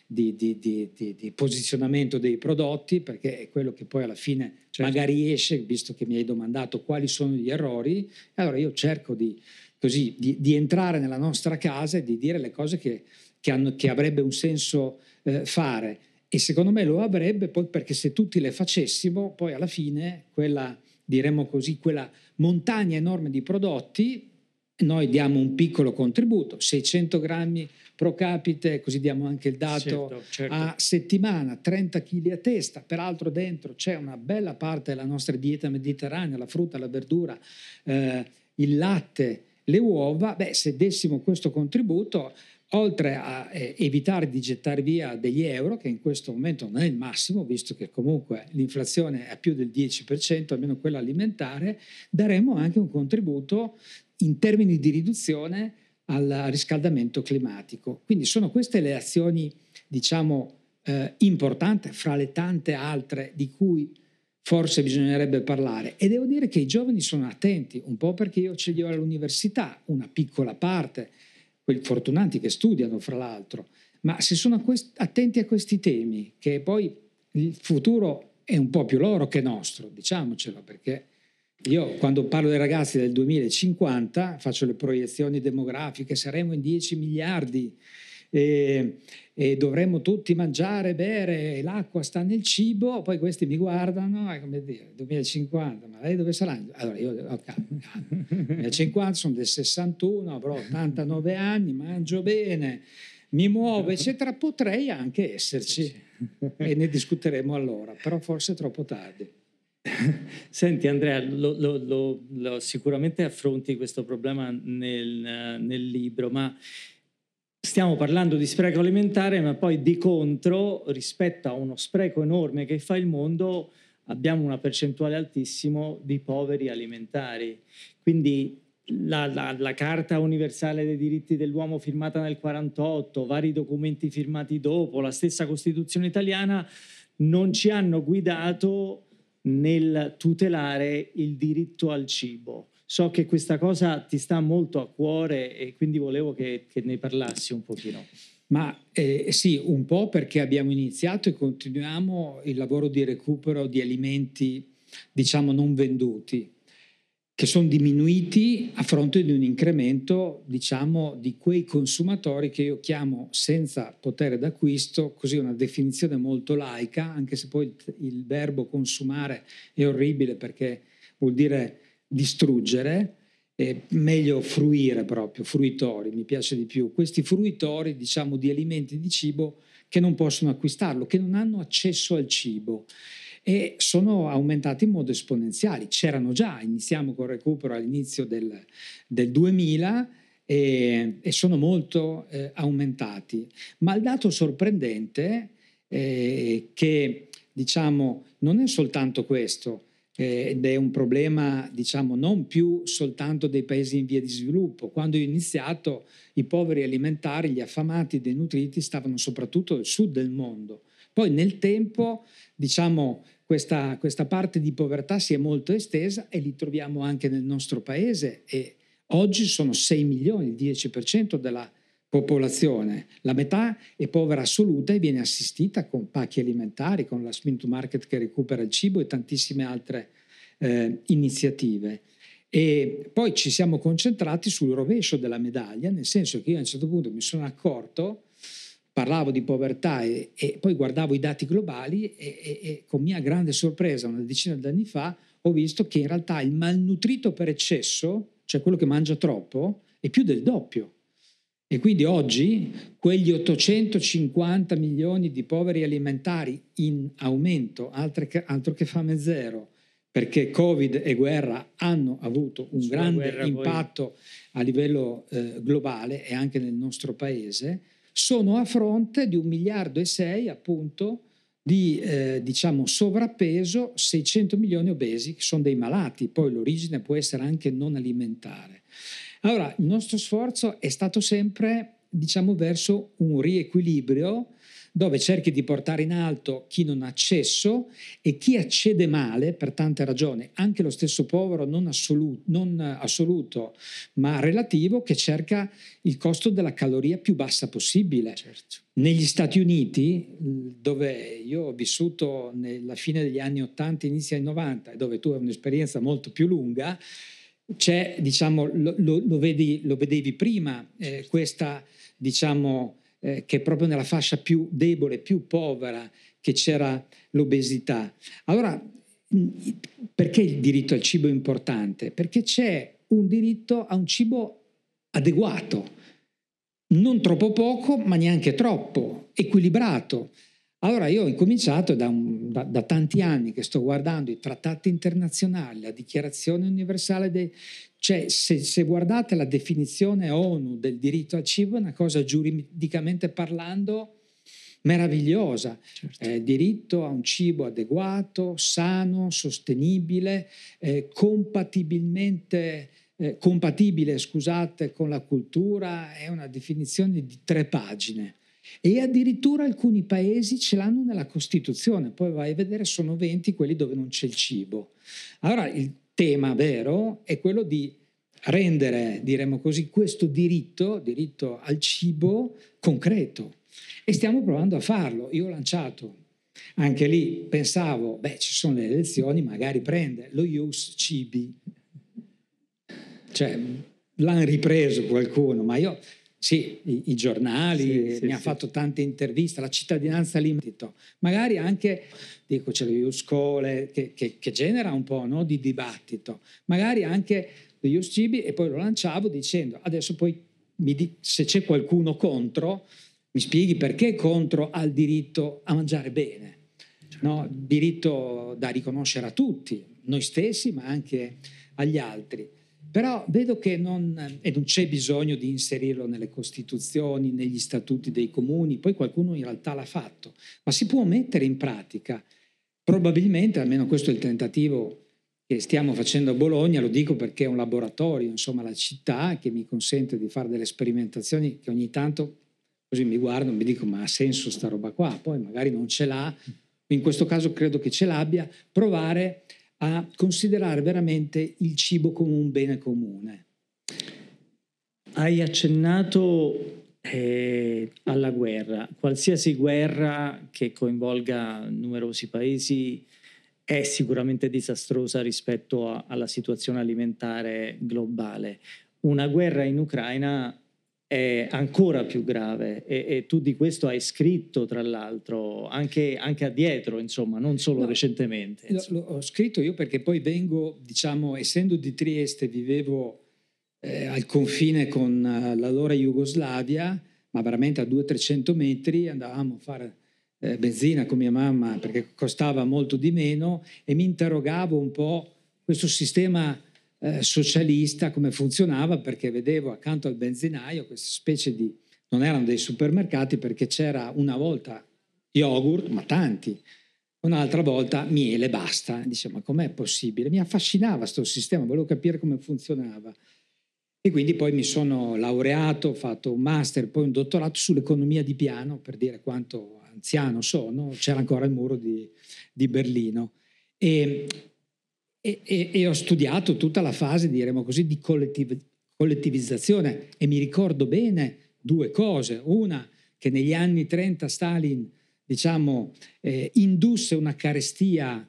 di posizionamento dei prodotti, perché è quello che poi alla fine magari esce, visto che mi hai domandato quali sono gli errori, allora io cerco di entrare nella nostra casa e di dire le cose che avrebbe un senso fare. E secondo me lo avrebbe poi, perché se tutti le facessimo, poi alla fine quella, diremmo così, quella montagna enorme di prodotti, noi diamo un piccolo contributo, 600 grammi pro capite, così diamo anche il dato, certo. A settimana, 30 kg a testa, peraltro dentro c'è una bella parte della nostra dieta mediterranea, la frutta, la verdura, il latte, le uova. Se dessimo questo contributo, oltre a evitare di gettare via degli euro, che in questo momento non è il massimo, visto che comunque l'inflazione è a più del 10%, almeno quella alimentare, daremo anche un contributo in termini di riduzione al riscaldamento climatico. Quindi sono queste le azioni, diciamo, importanti, fra le tante altre di cui forse bisognerebbe parlare. E devo dire che i giovani sono attenti, un po' perché io ce li ho all'università, una piccola parte, quelli fortunati che studiano fra l'altro, ma se sono attenti a questi temi, che poi il futuro è un po' più loro che nostro, diciamocelo, perché io quando parlo dei ragazzi del 2050 faccio le proiezioni demografiche, saremo in 10 miliardi e dovremmo tutti mangiare, bere, l'acqua sta nel cibo, poi questi mi guardano, come dire, 2050, ma lei dove sarà? Allora io, ok, 2050 sono del 61, avrò 89 anni, mangio bene, mi muovo, eccetera, potrei anche esserci e ne discuteremo allora, però forse è troppo tardi. Senti Andrea, sicuramente affronti questo problema nel libro, ma stiamo parlando di spreco alimentare, ma poi di contro, rispetto a uno spreco enorme che fa il mondo, abbiamo una percentuale altissima di poveri alimentari. Quindi la Carta universale dei diritti dell'uomo firmata nel 1948, vari documenti firmati dopo, la stessa Costituzione italiana, non ci hanno guidato nel tutelare il diritto al cibo. So che questa cosa ti sta molto a cuore e quindi volevo che ne parlassi un pochino. Ma sì, un po' perché abbiamo iniziato e continuiamo il lavoro di recupero di alimenti, diciamo, non venduti, che sono diminuiti a fronte di un incremento, diciamo, di quei consumatori che io chiamo senza potere d'acquisto, così una definizione molto laica, anche se poi il verbo consumare è orribile perché vuol dire distruggere, meglio fruire proprio, fruitori, mi piace di più. Questi fruitori, diciamo, di alimenti di cibo che non possono acquistarlo, che non hanno accesso al cibo. E sono aumentati in modo esponenziale. C'erano già, iniziamo col recupero all'inizio del 2000 e sono molto aumentati. Ma il dato sorprendente che, diciamo, non è soltanto questo, ed è un problema, diciamo, non più soltanto dei paesi in via di sviluppo. Quando ho iniziato, i poveri alimentari, gli affamati, i denutriti stavano soprattutto nel sud del mondo. Poi nel tempo, diciamo, questa parte di povertà si è molto estesa e li troviamo anche nel nostro paese e oggi sono 6 milioni, il 10% della popolazione. La metà è povera assoluta e viene assistita con pacchi alimentari, con la Spin to Market che recupera il cibo e tantissime altre iniziative. E poi ci siamo concentrati sul rovescio della medaglia, nel senso che io a un certo punto mi sono accorto, parlavo di povertà e poi guardavo i dati globali e con mia grande sorpresa una decina di anni fa ho visto che in realtà il malnutrito per eccesso, cioè quello che mangia troppo, è più del doppio. E quindi oggi quegli 850 milioni di poveri alimentari in aumento, altro che fame zero, perché Covid e guerra hanno avuto un grande impatto a livello globale e anche nel nostro paese, sono a fronte di 1,6 miliardi appunto di diciamo sovrappeso, 600 milioni obesi che sono dei malati, poi l'origine può essere anche non alimentare. Allora il nostro sforzo è stato sempre diciamo, verso un riequilibrio dove cerchi di portare in alto chi non ha accesso e chi accede male per tante ragioni, anche lo stesso povero non assoluto ma relativo, che cerca il costo della caloria più bassa possibile. Certo. Negli Stati Uniti, dove io ho vissuto nella fine degli anni 80, inizio anni 90, e dove tu hai un'esperienza molto più lunga, c'è, diciamo, lo vedevi prima, questa, diciamo, che proprio nella fascia più debole, più povera, che c'era l'obesità. Allora, perché il diritto al cibo è importante? Perché c'è un diritto a un cibo adeguato, non troppo poco, ma neanche troppo, equilibrato. Allora io ho incominciato da tanti anni che sto guardando i trattati internazionali, la Dichiarazione Universale cioè se guardate la definizione ONU del diritto al cibo è una cosa giuridicamente parlando meravigliosa. Certo. Diritto a un cibo adeguato, sano, sostenibile, compatibile, con la cultura, è una definizione di 3 pagine. E addirittura alcuni paesi ce l'hanno nella Costituzione, poi vai a vedere, sono 20 quelli dove non c'è il cibo. Allora il tema vero è quello di rendere, diremo così, questo diritto al cibo concreto, e stiamo provando a farlo. Io ho lanciato, anche lì pensavo, ci sono le elezioni, magari prende lo Ius Cibi, cioè l'hanno ripreso qualcuno, ma io... Sì, i giornali, ha fatto tante interviste, la cittadinanza limitata, magari anche, dico, c'è lo Scole che genera un po', no, di dibattito, magari anche lo Ius Cibi, e poi lo lanciavo dicendo, adesso poi se c'è qualcuno contro, mi spieghi perché è contro al diritto a mangiare bene, no? Diritto da riconoscere a tutti, noi stessi ma anche agli altri. Però vedo che non c'è bisogno di inserirlo nelle costituzioni, negli statuti dei comuni, poi qualcuno in realtà l'ha fatto, ma si può mettere in pratica. Probabilmente, almeno questo è il tentativo che stiamo facendo a Bologna, lo dico perché è un laboratorio, insomma, la città che mi consente di fare delle sperimentazioni che ogni tanto così mi guardo e mi dico, ma ha senso sta roba qua? Poi magari non ce l'ha, in questo caso credo che ce l'abbia, provare a considerare veramente il cibo come un bene comune. Hai accennato alla guerra. Qualsiasi guerra che coinvolga numerosi paesi è sicuramente disastrosa rispetto alla situazione alimentare globale. Una guerra in Ucraina è ancora più grave e tu di questo hai scritto, tra l'altro, anche addietro, insomma, non solo recentemente. L'ho scritto io perché poi vengo, diciamo, essendo di Trieste, vivevo al confine con l'allora Jugoslavia, ma veramente a 200-300 metri, andavamo a fare benzina con mia mamma perché costava molto di meno, e mi interrogavo un po' questo sistema socialista come funzionava, perché vedevo accanto al benzinaio queste specie di, non erano dei supermercati, perché c'era una volta yogurt, ma tanti, un'altra volta miele, basta. Dicevo, ma com'è possibile? Mi affascinava questo sistema, volevo capire come funzionava, e quindi poi mi sono laureato, ho fatto un master, poi un dottorato sull'economia di piano, per dire quanto anziano sono. C'era ancora il muro di Berlino, e ho studiato tutta la fase, diremo così, di collettivizzazione, e mi ricordo bene 2 cose. Una, che negli anni 30 Stalin, diciamo, indusse una carestia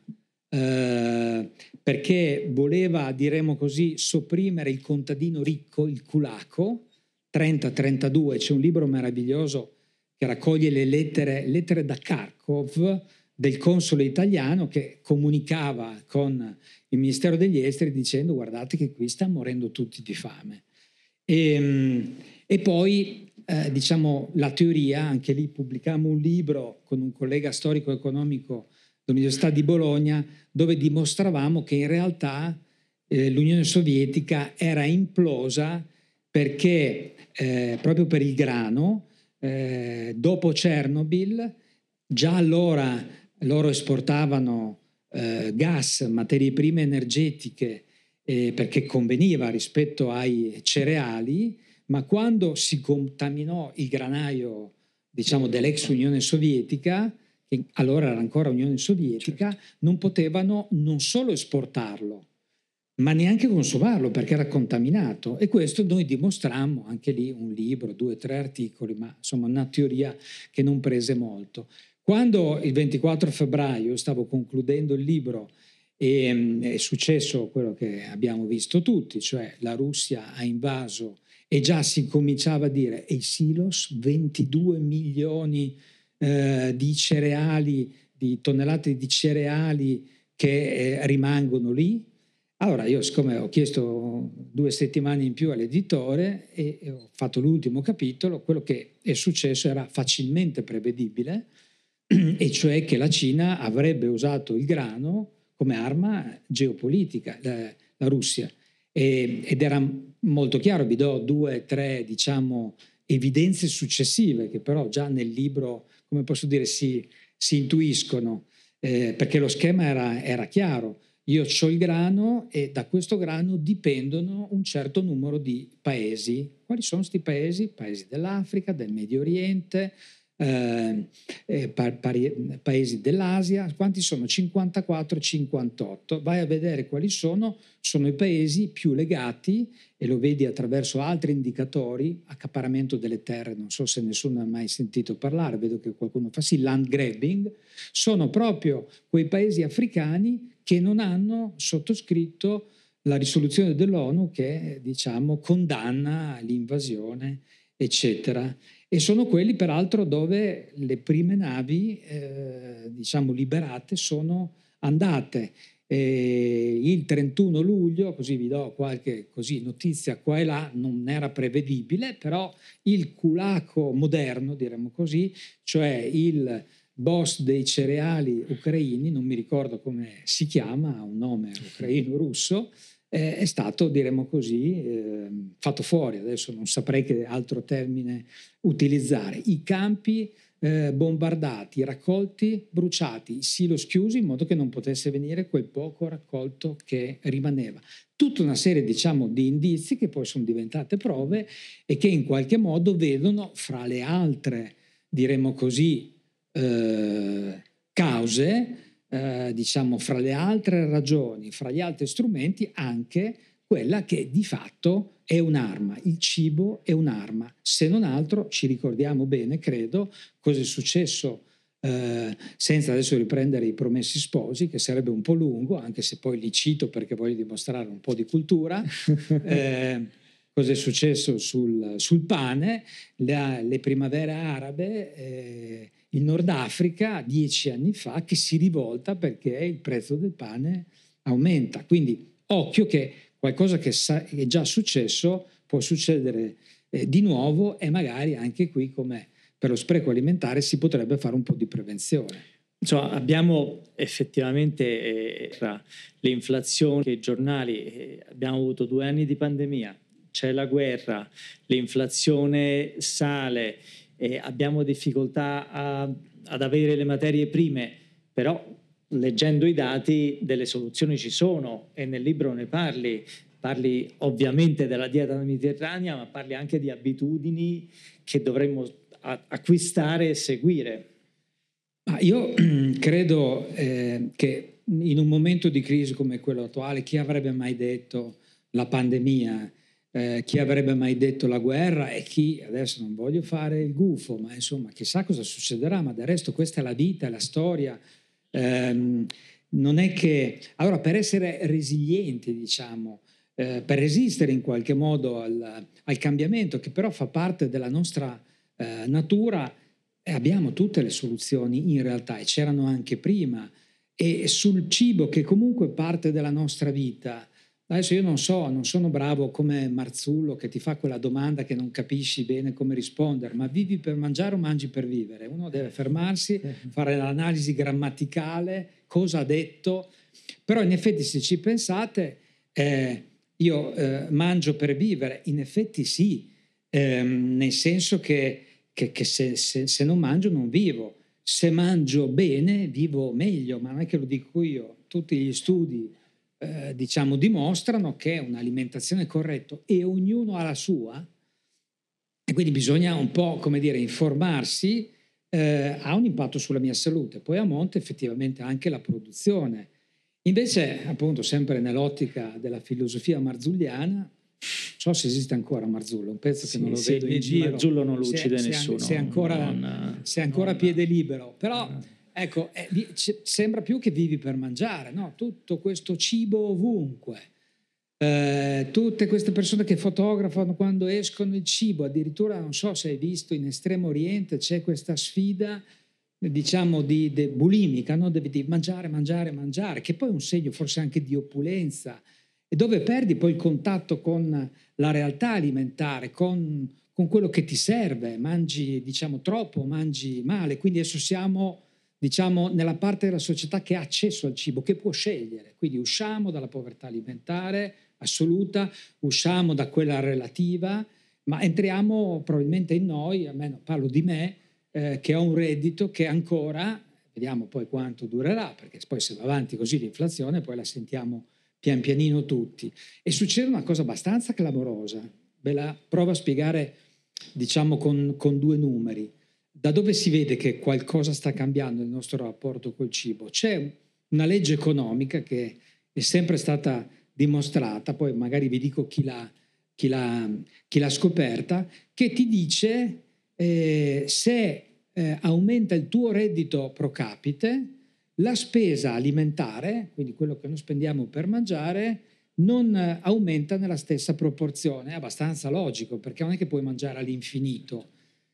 perché voleva, diremo così, sopprimere il contadino ricco, il kulako. 30-32, c'è un libro meraviglioso che raccoglie le lettere da Kharkov del console italiano, che comunicava con il Ministero degli Esteri dicendo, guardate che qui stanno morendo tutti di fame. E poi diciamo la teoria, anche lì pubblicammo un libro con un collega storico-economico dell'Università di Bologna, dove dimostravamo che in realtà l'Unione Sovietica era implosa perché proprio per il grano, dopo Chernobyl, già allora loro esportavano gas, materie prime energetiche, perché conveniva rispetto ai cereali, ma quando si contaminò il granaio, diciamo, dell'ex Unione Sovietica, che allora era ancora Unione Sovietica, non potevano non solo esportarlo, ma neanche consumarlo perché era contaminato. E questo noi dimostrammo, anche lì un libro, 2 o 3 articoli, ma insomma una teoria che non prese molto. Quando il 24 febbraio stavo concludendo il libro e è successo quello che abbiamo visto tutti, cioè la Russia ha invaso e già si cominciava a dire e i silos, 22 milioni di cereali, di tonnellate di cereali che rimangono lì. Allora io, siccome ho chiesto 2 settimane in più all'editore e ho fatto l'ultimo capitolo, quello che è successo era facilmente prevedibile, e cioè che la Cina avrebbe usato il grano come arma geopolitica, la Russia, ed era molto chiaro. Vi do 2 o 3, diciamo, evidenze successive che però già nel libro, come posso dire, si intuiscono, perché lo schema era chiaro. Io ho il grano e da questo grano dipendono un certo numero di paesi. Quali sono questi paesi? Paesi dell'Africa, del Medio Oriente, paesi dell'Asia. Quanti sono? 54, 58. Vai a vedere quali sono i paesi più legati, e lo vedi attraverso altri indicatori. Accaparramento delle terre, non so se nessuno ha mai sentito parlare, vedo che qualcuno fa sì, land grabbing, sono proprio quei paesi africani che non hanno sottoscritto la risoluzione dell'ONU che, diciamo, condanna l'invasione, eccetera. E sono quelli, peraltro, dove le prime navi, diciamo, liberate sono andate. Il 31 luglio, così vi do qualche notizia qua e là, non era prevedibile, però il kulako moderno, diremmo così, cioè il boss dei cereali ucraini, non mi ricordo come si chiama, ha un nome ucraino-russo, è stato, diremmo così, fatto fuori. Adesso non saprei che altro termine utilizzare. I campi bombardati, i raccolti bruciati, i silos chiusi in modo che non potesse venire quel poco raccolto che rimaneva. Tutta una serie, diciamo, di indizi che poi sono diventate prove e che in qualche modo vedono, fra le altre, diremmo così, cause, diciamo, fra le altre ragioni, fra gli altri strumenti, anche quella che di fatto è un'arma. Il cibo è un'arma. Se non altro ci ricordiamo bene, credo, cosa è successo, senza adesso riprendere i Promessi Sposi, che sarebbe un po' lungo, anche se poi li cito perché voglio dimostrare un po' di cultura. Cosa è successo sul pane, le primavere arabe, il Nord Africa 10 anni fa che si rivolta perché il prezzo del pane aumenta. Quindi occhio che qualcosa che è già successo può succedere di nuovo, e magari anche qui, come per lo spreco alimentare, si potrebbe fare un po' di prevenzione. Insomma, abbiamo effettivamente tra le inflazioni, i giornali, abbiamo avuto 2 anni di pandemia, c'è la guerra, l'inflazione sale, abbiamo difficoltà ad avere le materie prime, però leggendo i dati delle soluzioni ci sono, e nel libro ne parli ovviamente della dieta mediterranea, ma parli anche di abitudini che dovremmo acquistare e seguire. Io credo che in un momento di crisi come quello attuale, chi avrebbe mai detto la pandemia, chi avrebbe mai detto la guerra, e chi, adesso non voglio fare il gufo, ma insomma chissà cosa succederà, ma del resto questa è la vita, è la storia. Non è che, allora, per essere resilienti, diciamo, per resistere in qualche modo al cambiamento, che però fa parte della nostra natura, abbiamo tutte le soluzioni in realtà, e c'erano anche prima. E sul cibo, che comunque parte della nostra vita, adesso io non sono bravo come Marzullo che ti fa quella domanda che non capisci bene come rispondere, ma vivi per mangiare o mangi per vivere? Uno deve fermarsi, fare l'analisi grammaticale, cosa ha detto, però in effetti se ci pensate, io mangio per vivere, in effetti sì, nel senso che se non mangio non vivo, se mangio bene vivo meglio, ma non è che lo dico io, tutti gli studi diciamo dimostrano che un'alimentazione corretta, e ognuno ha la sua, e quindi bisogna un po', come dire, informarsi, ha un impatto sulla mia salute. Poi a monte effettivamente anche la produzione. Invece, appunto, sempre nell'ottica della filosofia marzulliana, non so se esiste ancora Marzullo, un pezzo che non lo vedo in giro. Marzullo non lo uccide nessuno. Se è ancora a piede libero. Però, ecco, sembra più che vivi per mangiare, no? Tutto questo cibo ovunque. Tutte queste persone che fotografano quando escono il cibo, addirittura non so se hai visto in Estremo Oriente c'è questa sfida, diciamo, di bulimica, no? Devi mangiare, che poi è un segno forse anche di opulenza, e dove perdi poi il contatto con la realtà alimentare, con quello che ti serve. Mangi, diciamo, troppo, mangi male. Quindi adesso siamo, diciamo, nella parte della società che ha accesso al cibo, che può scegliere. Quindi usciamo dalla povertà alimentare assoluta, usciamo da quella relativa, ma entriamo probabilmente in noi, almeno parlo di me, che ho un reddito che ancora, vediamo poi quanto durerà, perché poi se va avanti così l'inflazione poi la sentiamo pian pianino tutti. E succede una cosa abbastanza clamorosa, ve la provo a spiegare, diciamo, con due numeri. Da dove si vede che qualcosa sta cambiando nel nostro rapporto col cibo? C'è una legge economica che è sempre stata dimostrata, poi magari vi dico chi l'ha scoperta, che ti dice se aumenta il tuo reddito pro capite, la spesa alimentare, quindi quello che noi spendiamo per mangiare, non aumenta nella stessa proporzione. È abbastanza logico, perché non è che puoi mangiare all'infinito.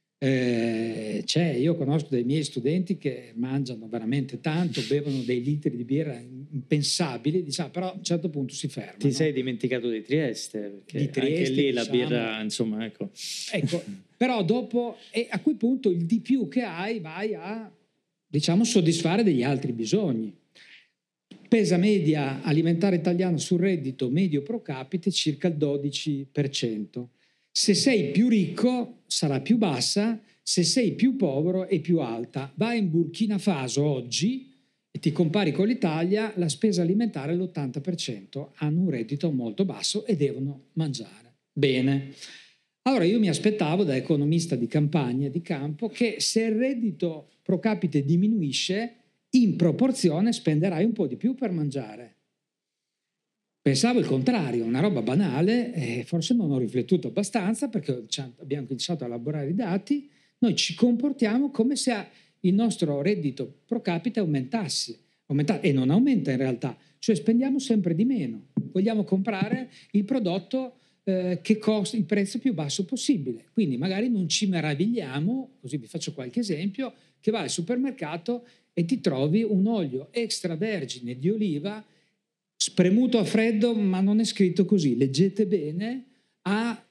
Io conosco dei miei studenti che mangiano veramente tanto, bevono dei litri di birra impensabili, diciamo, però a un certo punto si fermano. Ti sei dimenticato di Trieste, perché di Trieste, anche lì, diciamo, la birra, insomma, ecco. Però dopo, e a quel punto il di più che hai vai a, diciamo, soddisfare degli altri bisogni. Spesa media alimentare italiana sul reddito medio pro capite circa il 12%. Se sei più ricco sarà più bassa, se sei più povero è più alta. Vai in Burkina Faso oggi e ti compari con l'Italia, la spesa alimentare è l'80%, hanno un reddito molto basso e devono mangiare bene. Allora io mi aspettavo da economista di campagna, di campo, che se il reddito pro capite diminuisce, in proporzione spenderai un po' di più per mangiare. Pensavo il contrario, una roba banale, e forse non ho riflettuto abbastanza, perché abbiamo cominciato a elaborare i dati. Noi ci comportiamo come se il nostro reddito pro capite aumentasse, e non aumenta in realtà, cioè spendiamo sempre di meno. Vogliamo comprare il prodotto che costa il prezzo più basso possibile. Quindi magari non ci meravigliamo, così vi faccio qualche esempio, che vai al supermercato e ti trovi un olio extravergine di oliva spremuto a freddo, ma non è scritto così, leggete bene, a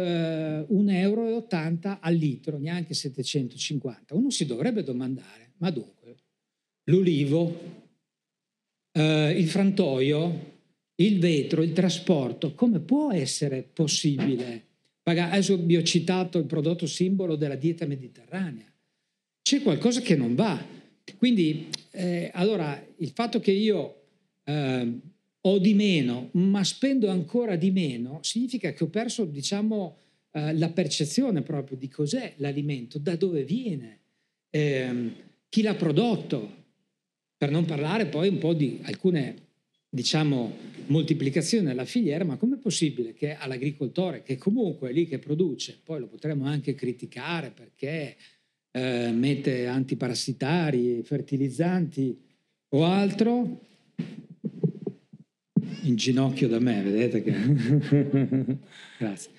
1,80 € al litro, neanche 750. Uno si dovrebbe domandare, ma dunque, l'olivo, il frantoio, il vetro, il trasporto, come può essere possibile? Adesso vi ho citato il prodotto simbolo della dieta mediterranea. C'è qualcosa che non va. Quindi, allora, il fatto che io ho di meno, ma spendo ancora di meno, significa che ho perso, diciamo, la percezione proprio di cos'è l'alimento, da dove viene, chi l'ha prodotto, per non parlare poi un po' di alcune, diciamo, moltiplicazioni nella filiera. Ma com'è possibile che all'agricoltore, che comunque è lì che produce, poi lo potremmo anche criticare perché mette antiparassitari, fertilizzanti o altro, in ginocchio da me, vedete che grazie,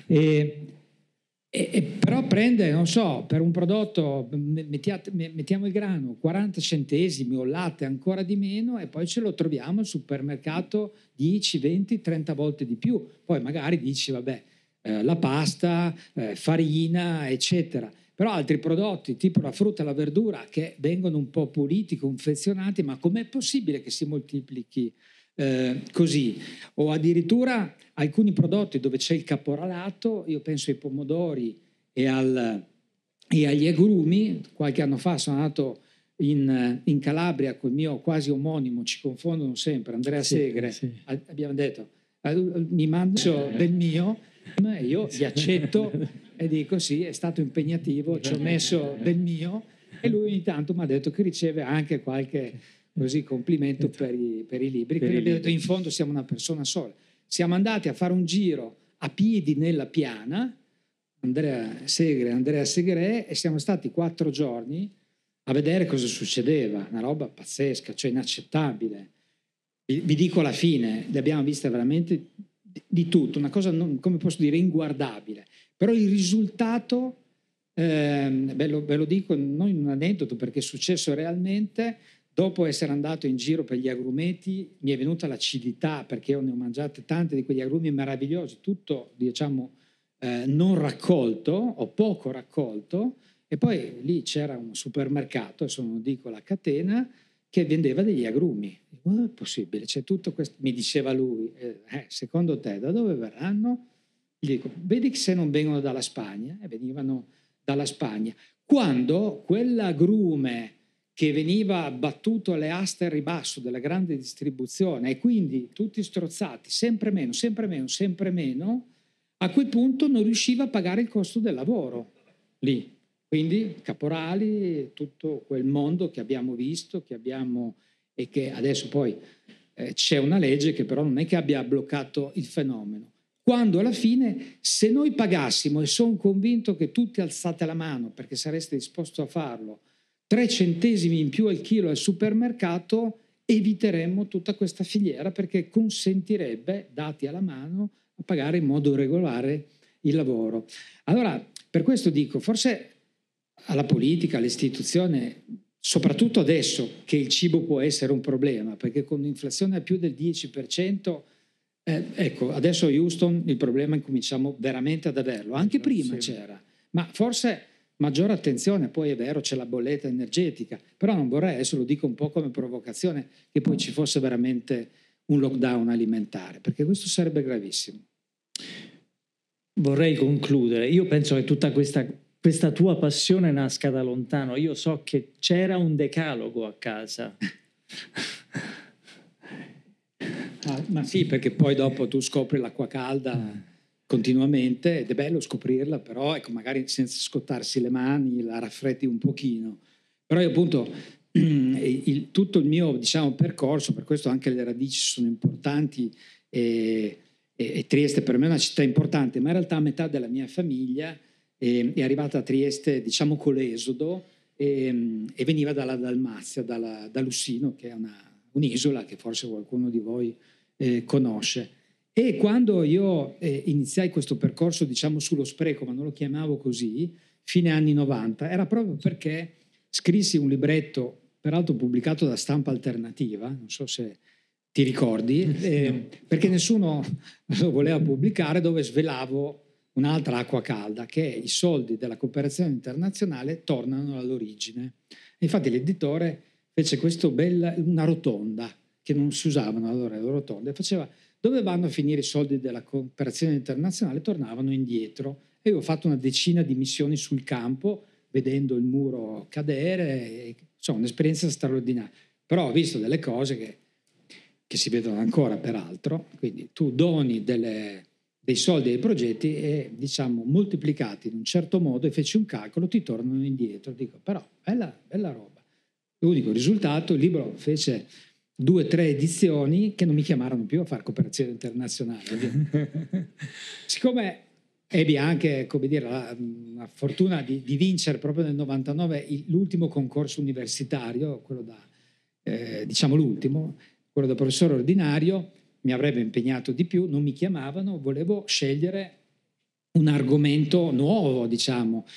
però prende, non so, per un prodotto mettiamo il grano 40 centesimi o latte ancora di meno, e poi ce lo troviamo al supermercato 10, 20, 30 volte di più. Poi magari dici vabbè, la pasta, farina, eccetera. Però altri prodotti, tipo la frutta e la verdura, che vengono un po' puliti, confezionati, ma com'è possibile che si moltiplichi così? O addirittura alcuni prodotti dove c'è il caporalato, io penso ai pomodori e agli agrumi. Qualche anno fa sono andato in Calabria col mio quasi omonimo, ci confondono sempre, Andrea Segre, sì. Abbiamo detto mi mangio del mio, io gli accetto E dico sì, è stato impegnativo, ci ho messo del mio, e lui ogni tanto mi ha detto che riceve anche qualche così complimento per i libri. Quindi abbiamo detto, in fondo siamo una persona sola. Siamo andati a fare un giro a piedi nella piana, Andrea Segre, e siamo stati 4 giorni a vedere cosa succedeva, una roba pazzesca, cioè inaccettabile. Vi dico la fine, le abbiamo viste veramente di tutto, una cosa, come posso dire, inguardabile. Però il risultato, ve lo dico non in un aneddoto perché è successo realmente, dopo essere andato in giro per gli agrumeti mi è venuta l'acidità perché io ne ho mangiate tante di quegli agrumi meravigliosi, tutto diciamo non raccolto o poco raccolto, e poi lì c'era un supermercato, adesso non dico la catena, che vendeva degli agrumi. Non è possibile, c'è tutto questo, mi diceva lui, secondo te da dove verranno? Gli dico, vedi se non vengono dalla Spagna, e venivano dalla Spagna. Quando quell'agrume che veniva abbattuto alle aste al ribasso della grande distribuzione e quindi tutti strozzati, sempre meno, a quel punto non riusciva a pagare il costo del lavoro lì. Quindi caporali, tutto quel mondo che abbiamo visto, e che adesso poi c'è una legge che però non è che abbia bloccato il fenomeno. Quando alla fine, se noi pagassimo, e sono convinto che tutti alzate la mano perché sareste disposto a farlo, 3 centesimi in più al chilo al supermercato, eviteremmo tutta questa filiera perché consentirebbe, dati alla mano, a pagare in modo regolare il lavoro. Allora, per questo dico, forse alla politica, all'istituzione, soprattutto adesso che il cibo può essere un problema, perché con un'inflazione a più del 10%, ecco, adesso a Houston il problema incominciamo veramente ad averlo. Anche prima c'era, ma forse maggiore attenzione. Poi è vero, c'è la bolletta energetica, però non vorrei, adesso lo dico un po' come provocazione, che poi ci fosse veramente un lockdown alimentare, perché questo sarebbe gravissimo. Vorrei concludere. Io penso che tutta questa tua passione nasca da lontano. Io so che c'era un decalogo a casa. Ma sì, perché poi dopo tu scopri l'acqua calda continuamente ed è bello scoprirla, però ecco, magari senza scottarsi le mani la raffreddi un pochino. Però io appunto tutto il mio, diciamo, percorso, per questo anche le radici sono importanti, e Trieste per me è una città importante, ma in realtà metà della mia famiglia è arrivata a Trieste, diciamo, con l'esodo, e veniva dalla Dalmazia, da Lussino, che è un'isola che forse qualcuno di voi conosce. E quando io iniziai questo percorso, diciamo, sullo spreco, ma non lo chiamavo così, fine anni 90, era proprio perché scrissi un libretto, peraltro pubblicato da Stampa Alternativa, non so se ti ricordi, perché nessuno lo voleva pubblicare, dove svelavo un'altra acqua calda, che i soldi della cooperazione internazionale tornano all'origine. Infatti l'editore fece una rotonda, che non si usavano allora le rotonde, faceva dove vanno a finire i soldi della cooperazione internazionale, tornavano indietro. E io ho fatto una decina di missioni sul campo, vedendo il muro cadere, insomma un'esperienza straordinaria. Però ho visto delle cose che si vedono ancora, peraltro. Quindi tu doni dei soldi ai progetti e, diciamo, moltiplicati in un certo modo, e feci un calcolo, ti tornano indietro. Dico, però, bella roba. L'unico risultato, il libro fece 2 o 3 edizioni che non mi chiamarono più a fare cooperazione internazionale. Siccome ebbi anche, come dire, la fortuna di vincere proprio nel 99 l'ultimo concorso universitario, quello diciamo l'ultimo, quello da professore ordinario, mi avrebbe impegnato di più, non mi chiamavano, volevo scegliere un argomento nuovo, diciamo.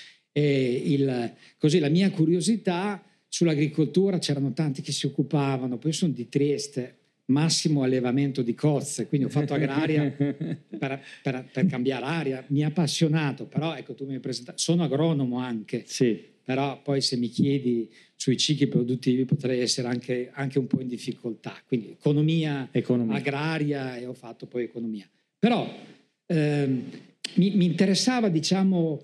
Così la mia curiosità sull'agricoltura, c'erano tanti che si occupavano, poi sono di Trieste, massimo allevamento di cozze, quindi ho fatto agraria per cambiare aria, mi ha appassionato, però ecco, tu mi hai presentato, sono agronomo anche, sì. Però poi se mi chiedi sui cicli produttivi potrei essere anche un po' in difficoltà, quindi economia. Agraria, e ho fatto poi economia. Però mi interessava, diciamo,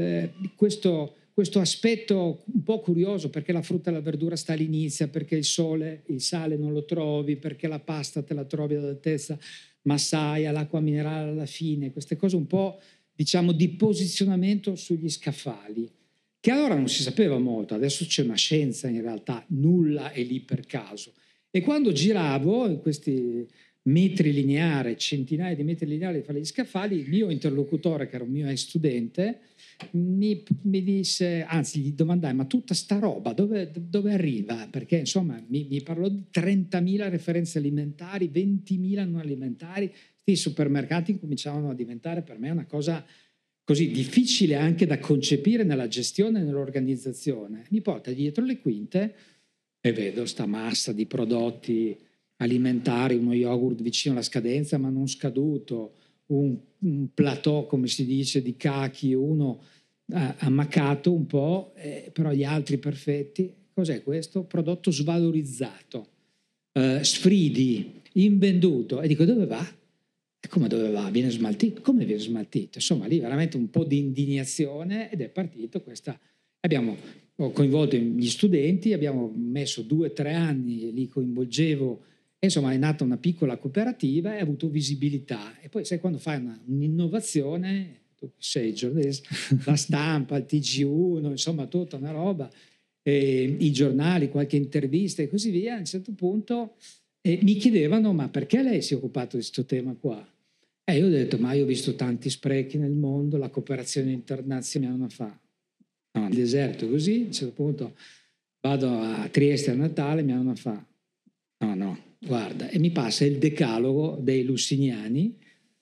questo aspetto un po' curioso, perché la frutta e la verdura sta all'inizio, perché il sale non lo trovi, perché la pasta te la trovi ad altezza massaia, l'acqua minerale alla fine, queste cose un po' diciamo, di posizionamento sugli scaffali, che allora non si sapeva molto, adesso c'è una scienza in realtà, nulla è lì per caso. E quando giravo in questi metri lineari, centinaia di metri lineari fra gli scaffali, il mio interlocutore, che era un mio ex studente, mi disse, anzi gli domandai, ma tutta sta roba dove arriva? Perché insomma mi parlò di 30.000 referenze alimentari, 20.000 non alimentari. I supermercati cominciavano a diventare per me una cosa così difficile anche da concepire nella gestione e nell'organizzazione. Mi porta dietro le quinte e vedo sta massa di prodotti alimentari, uno yogurt vicino alla scadenza ma non scaduto, un plateau, come si dice, di cachi, uno ammaccato un po', però gli altri perfetti. Cos'è questo? Prodotto svalorizzato, sfridi, invenduto. E dico, dove va? E come dove va? Viene smaltito? Come viene smaltito? Insomma, lì veramente un po' di indignazione ed è partito questa. Ho coinvolto gli studenti, abbiamo messo 2 o 3 anni, li coinvolgevo. Insomma, è nata una piccola cooperativa e ha avuto visibilità. E poi sai, quando fai un'innovazione, tu sei giornalista, la stampa, il TG1, insomma tutta una roba, i giornali, qualche intervista e così via, a un certo punto mi chiedevano, ma perché lei si è occupato di questo tema qua? E io ho detto, ma io ho visto tanti sprechi nel mondo, la cooperazione internazionale non fa. No, il deserto così, a un certo punto vado a Trieste a Natale, mi hanno fa, no, guarda, e mi passa il decalogo dei lussiniani,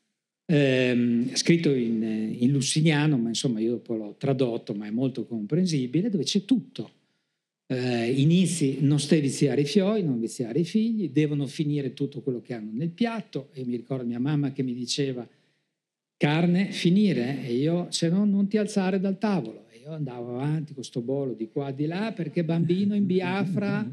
scritto in lussiniano, ma insomma io poi l'ho tradotto, ma è molto comprensibile, dove c'è tutto. Inizi, non stai viziare i fioi, non viziare i figli, devono finire tutto quello che hanno nel piatto. E mi ricordo mia mamma che mi diceva, carne, finire, e io, se no non ti alzare dal tavolo. E io andavo avanti con sto bolo di qua di là, perché bambino in Biafra,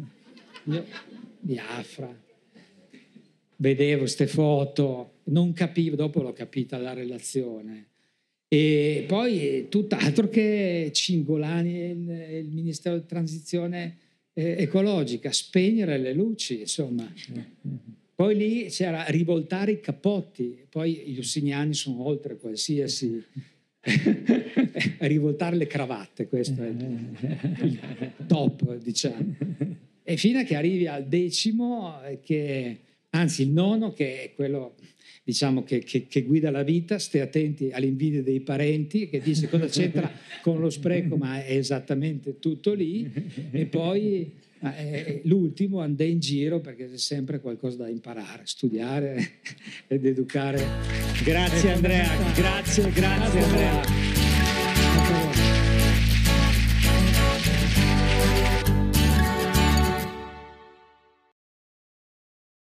vedevo ste foto, non capivo, dopo l'ho capita la relazione. E poi tutt'altro che Cingolani e il Ministero di Transizione Ecologica, spegnere le luci, insomma. Poi lì c'era rivoltare i cappotti, poi i lussiniani sono oltre qualsiasi rivoltare le cravatte, questo è il top, diciamo. E fino a che arrivi al 10°, anzi il 9°, che è quello, diciamo, che guida la vita. Stai attenti all'invidia dei parenti, che dice cosa c'entra con lo spreco, ma è esattamente tutto lì. E poi l'ultimo, andai in giro, perché c'è sempre qualcosa da imparare, studiare ed educare. Grazie Andrea, grazie Andrea.